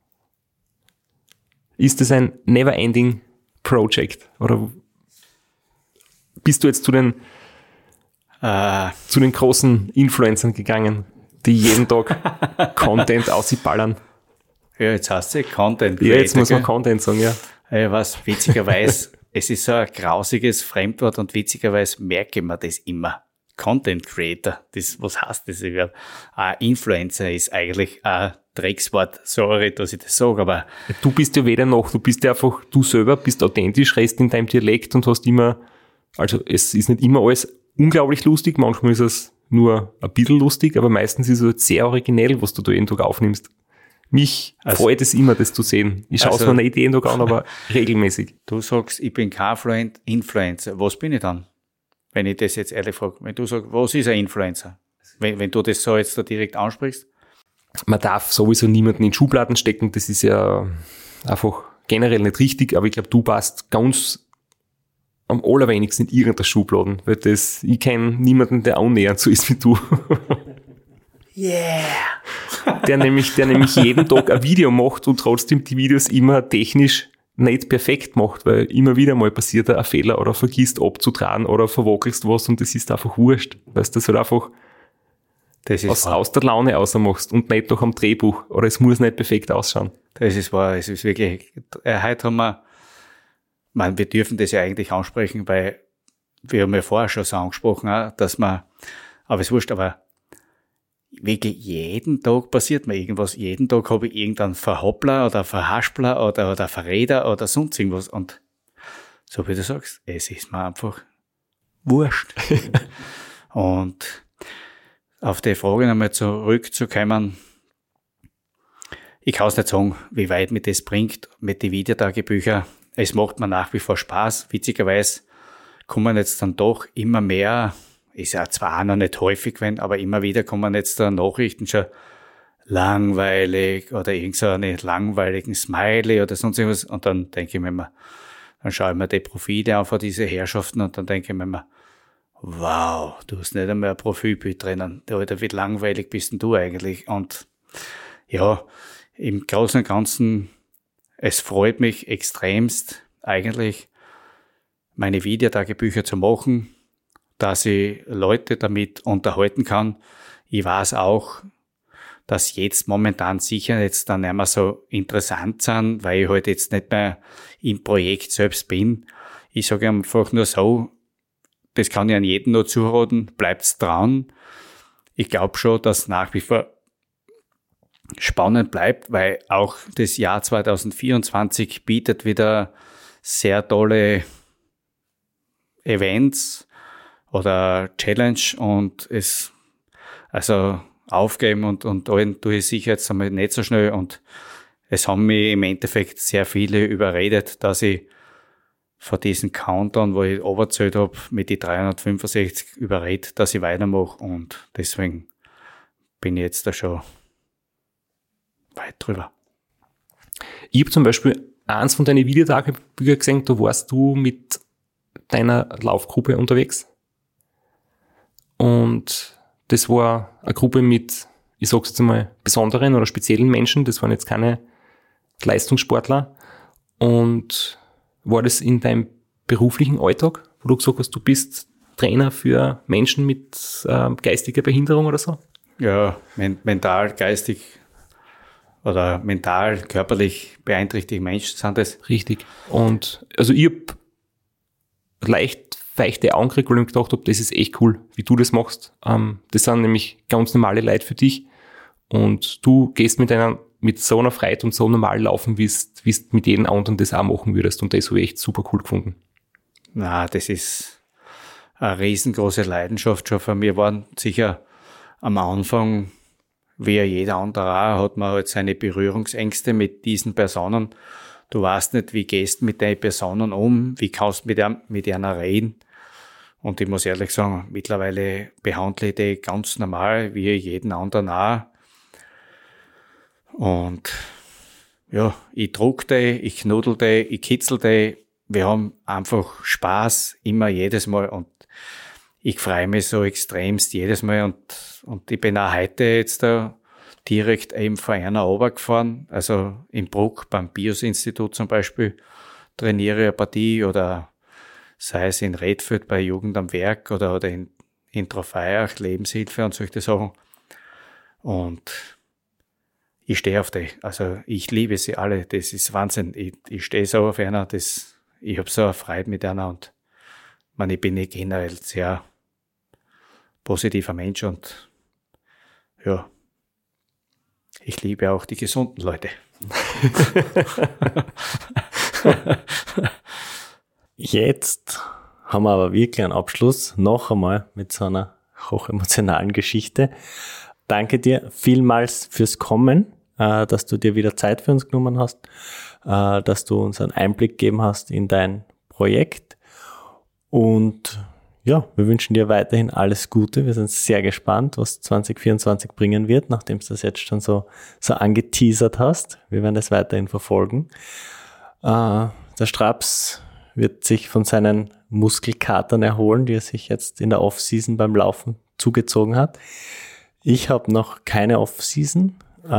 Ist das ein never-ending Project? Oder bist du jetzt zu den großen Influencern gegangen, die jeden Tag Content ausballern? Ja, jetzt heißt es Content. Ja, jetzt muss man Content sagen, ja. Was witzigerweise, es ist so ein grausiges Fremdwort, und witzigerweise merke ich mir das immer. Content Creator, was heißt das überhaupt? Influencer ist eigentlich ein Dreckswort, sorry, dass ich das sage, aber... Du bist ja weder noch, du bist ja einfach, du selber bist authentisch, redest in deinem Dialekt und hast immer, also es ist nicht immer alles unglaublich lustig, manchmal ist es nur ein bisschen lustig, aber meistens ist es sehr originell, was du da jeden Tag aufnimmst. Mich freut es immer, das zu sehen. Ich schaue es mir nicht jeden Tag an, aber regelmäßig. Du sagst, ich bin kein Influencer. Was bin ich dann? Wenn ich das jetzt ehrlich frage. Wenn du sagst, was ist ein Influencer? Wenn du das so jetzt da direkt ansprichst? Man darf sowieso niemanden in Schubladen stecken. Das ist ja einfach generell nicht richtig. Aber ich glaube, du passt ganz am allerwenigsten in irgendeiner Schubladen. Weil ich kenne niemanden, der annähernd so ist wie du. Yeah! Der nämlich jeden Tag ein Video macht und trotzdem die Videos immer technisch nicht perfekt macht, weil immer wieder mal passiert ein Fehler oder vergisst abzutragen oder verwackelst was, und das ist einfach wurscht, weil du das halt einfach aus der Laune machst und nicht noch am Drehbuch, oder es muss nicht perfekt ausschauen. Das ist wahr, es ist wirklich, heute haben wir dürfen das ja eigentlich ansprechen, weil wir haben ja vorher schon so angesprochen, dass aber es ist wurscht, aber wirklich jeden Tag passiert mir irgendwas. Jeden Tag habe ich irgendeinen Verhoppler oder Verhaspler oder Verräter oder sonst irgendwas. Und so wie du sagst, es ist mir einfach wurscht. Und auf die Frage nochmal zurückzukommen, ich kann es nicht sagen, wie weit mir das bringt mit den Videotagebüchern. Es macht mir nach wie vor Spaß. Witzigerweise kommen jetzt dann doch immer mehr, ist ja zwar auch noch nicht häufig, aber immer wieder kommen jetzt da Nachrichten schon langweilig oder irgend so einen langweiligen Smiley oder sonst irgendwas. Und dann denke ich mir immer, dann schaue ich mir die Profile an von diesen Herrschaften und dann denke ich mir immer, wow, du hast nicht einmal ein Profilbild drinnen. Alter, wie langweilig bist denn du eigentlich? Und ja, im Großen und Ganzen, es freut mich extremst eigentlich, meine Videotagebücher zu machen, dass ich Leute damit unterhalten kann. Ich weiß auch, dass jetzt momentan sicher jetzt dann nicht mehr so interessant sind, weil ich halt jetzt nicht mehr im Projekt selbst bin. Ich sage einfach nur so, das kann ich an jeden nur zuraten, bleibt's dran. Ich glaube schon, dass nach wie vor spannend bleibt, weil auch das Jahr 2024 bietet wieder sehr tolle Events oder Challenge und also aufgeben und allen tue ich sicher jetzt einmal nicht so schnell und es haben mich im Endeffekt sehr viele überredet, dass ich von diesem Countdown, wo ich runtergezählt habe, mit die 365 überredet, dass ich weitermache und deswegen bin ich jetzt da schon weit drüber. Ich habe zum Beispiel eins von deinen Videotagebüchern gesehen, da warst du mit deiner Laufgruppe unterwegs. Und das war eine Gruppe mit, ich sag's jetzt einmal, besonderen oder speziellen Menschen. Das waren jetzt keine Leistungssportler. Und war das in deinem beruflichen Alltag, wo du gesagt hast, du bist Trainer für Menschen mit geistiger Behinderung oder so? Ja, mental, geistig oder mental, körperlich beeinträchtigte Menschen sind das. Richtig. Und also ich habe leicht feuchte Augen gekriegt, weil ich mir gedacht habe, das ist echt cool, wie du das machst. Das sind nämlich ganz normale Leute für dich und du gehst mit so einer Freude und so normal laufen, wie du mit jedem anderen das auch machen würdest und das habe ich echt super cool gefunden. Na, das ist eine riesengroße Leidenschaft schon von mir. Waren sicher am Anfang, wie jeder andere auch, hat man halt seine Berührungsängste mit diesen Personen. Du weißt nicht, wie gehst du mit den Personen um, wie kannst du mit einer reden. Und ich muss ehrlich sagen, mittlerweile behandle ich die ganz normal, wie jeden anderen auch. Und ja, ich druck die, ich knuddel die, ich kitzel die. Wir haben einfach Spaß, immer jedes Mal. Und ich freue mich so extremst jedes Mal. Und ich bin auch heute jetzt da direkt eben von einer runtergefahren. Also in Bruck beim BIOS-Institut zum Beispiel trainiere ich eine Partie oder sei es in Redfeld bei Jugend am Werk oder in Trofeiach, Lebenshilfe und solche Sachen. Und ich stehe auf die. Also ich liebe sie alle. Das ist Wahnsinn. Ich stehe so auf einer. Ich habe so eine Freude mit einer und ich bin generell sehr positiver Mensch und ja, ich liebe auch die gesunden Leute. Jetzt haben wir aber wirklich einen Abschluss, noch einmal mit so einer hochemotionalen Geschichte. Danke dir vielmals fürs Kommen, dass du dir wieder Zeit für uns genommen hast, dass du uns einen Einblick gegeben hast in dein Projekt. Und ja, wir wünschen dir weiterhin alles Gute. Wir sind sehr gespannt, was 2024 bringen wird, nachdem du das jetzt schon so angeteasert hast. Wir werden das weiterhin verfolgen. Der Straps wird sich von seinen Muskelkatern erholen, die er sich jetzt in der Off-Season beim Laufen zugezogen hat. Ich habe noch keine Off-Season.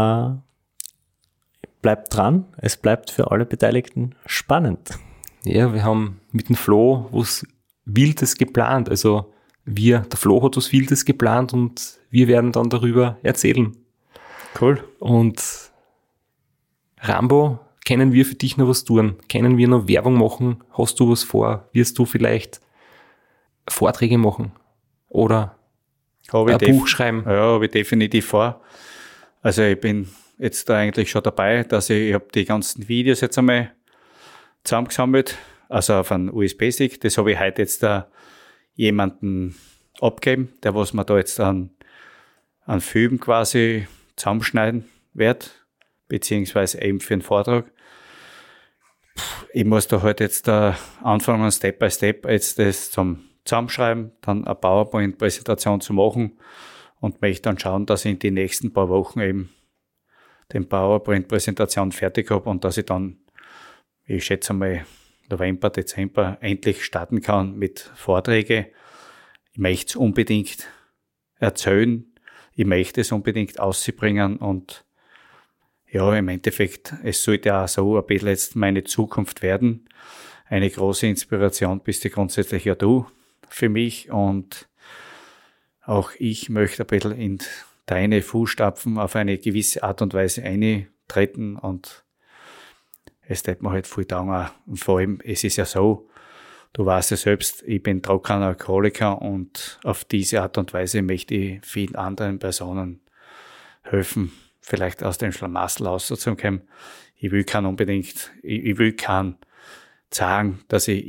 Bleibt dran. Es bleibt für alle Beteiligten spannend. Ja, wir haben mit dem Flo was Wildes geplant. Also der Flo hat was Wildes geplant und wir werden dann darüber erzählen. Cool. Und Rambo, können wir für dich noch was tun? Können wir noch Werbung machen? Hast du was vor? Wirst du vielleicht Vorträge machen? Oder ein Buch schreiben? Ja, habe ich definitiv vor. Also ich bin jetzt da eigentlich schon dabei, dass ich habe die ganzen Videos jetzt einmal zusammengesammelt, also auf einen USB-Stick. Das habe ich heute jetzt da jemanden abgeben, der was man da jetzt an Film quasi zusammenschneiden wird, beziehungsweise eben für einen Vortrag. Ich muss da halt jetzt da anfangen, Step by Step jetzt das zum Zusammenschreiben, dann eine PowerPoint-Präsentation zu machen und möchte dann schauen, dass ich in den nächsten paar Wochen eben den PowerPoint-Präsentation fertig habe und dass ich dann, ich schätze mal, November, Dezember endlich starten kann mit Vorträgen. Ich möchte es unbedingt erzählen, ich möchte es unbedingt auszubringen und ja, im Endeffekt, es sollte auch so ein bisschen jetzt meine Zukunft werden. Eine große Inspiration bist du grundsätzlich ja du für mich und auch ich möchte ein bisschen in deine Fußstapfen auf eine gewisse Art und Weise eintreten und es tut mir halt viel taugen. Und vor allem, es ist ja so, du weißt ja selbst, ich bin trockener Alkoholiker und auf diese Art und Weise möchte ich vielen anderen Personen helfen, vielleicht aus dem Schlamassel rauszukommen. Ich will kein sagen, dass ich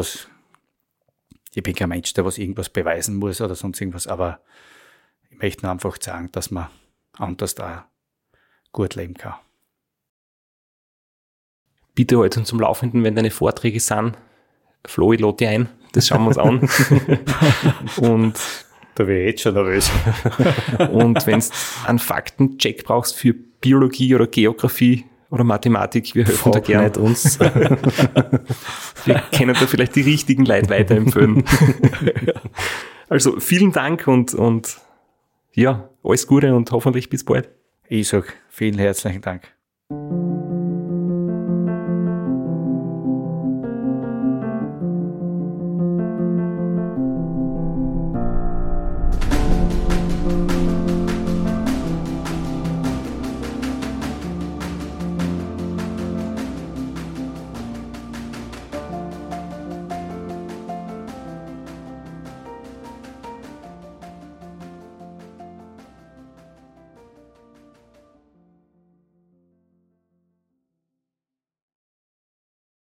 bin kein Mensch, der was irgendwas beweisen muss oder sonst irgendwas, aber ich möchte nur einfach sagen, dass man anders da gut leben kann. Bitte halt uns zum Laufenden, wenn deine Vorträge sind. Flo, ich lade dich ein. Das schauen wir uns an. Und da bin ich jetzt schon nervös. Und wenn du einen Faktencheck brauchst für Biologie oder Geografie oder Mathematik, wir helfen da gerne. Nicht uns. Wir können da vielleicht die richtigen Leute weiterempfehlen. Also vielen Dank und ja, alles Gute und hoffentlich bis bald. Ich sage vielen herzlichen Dank.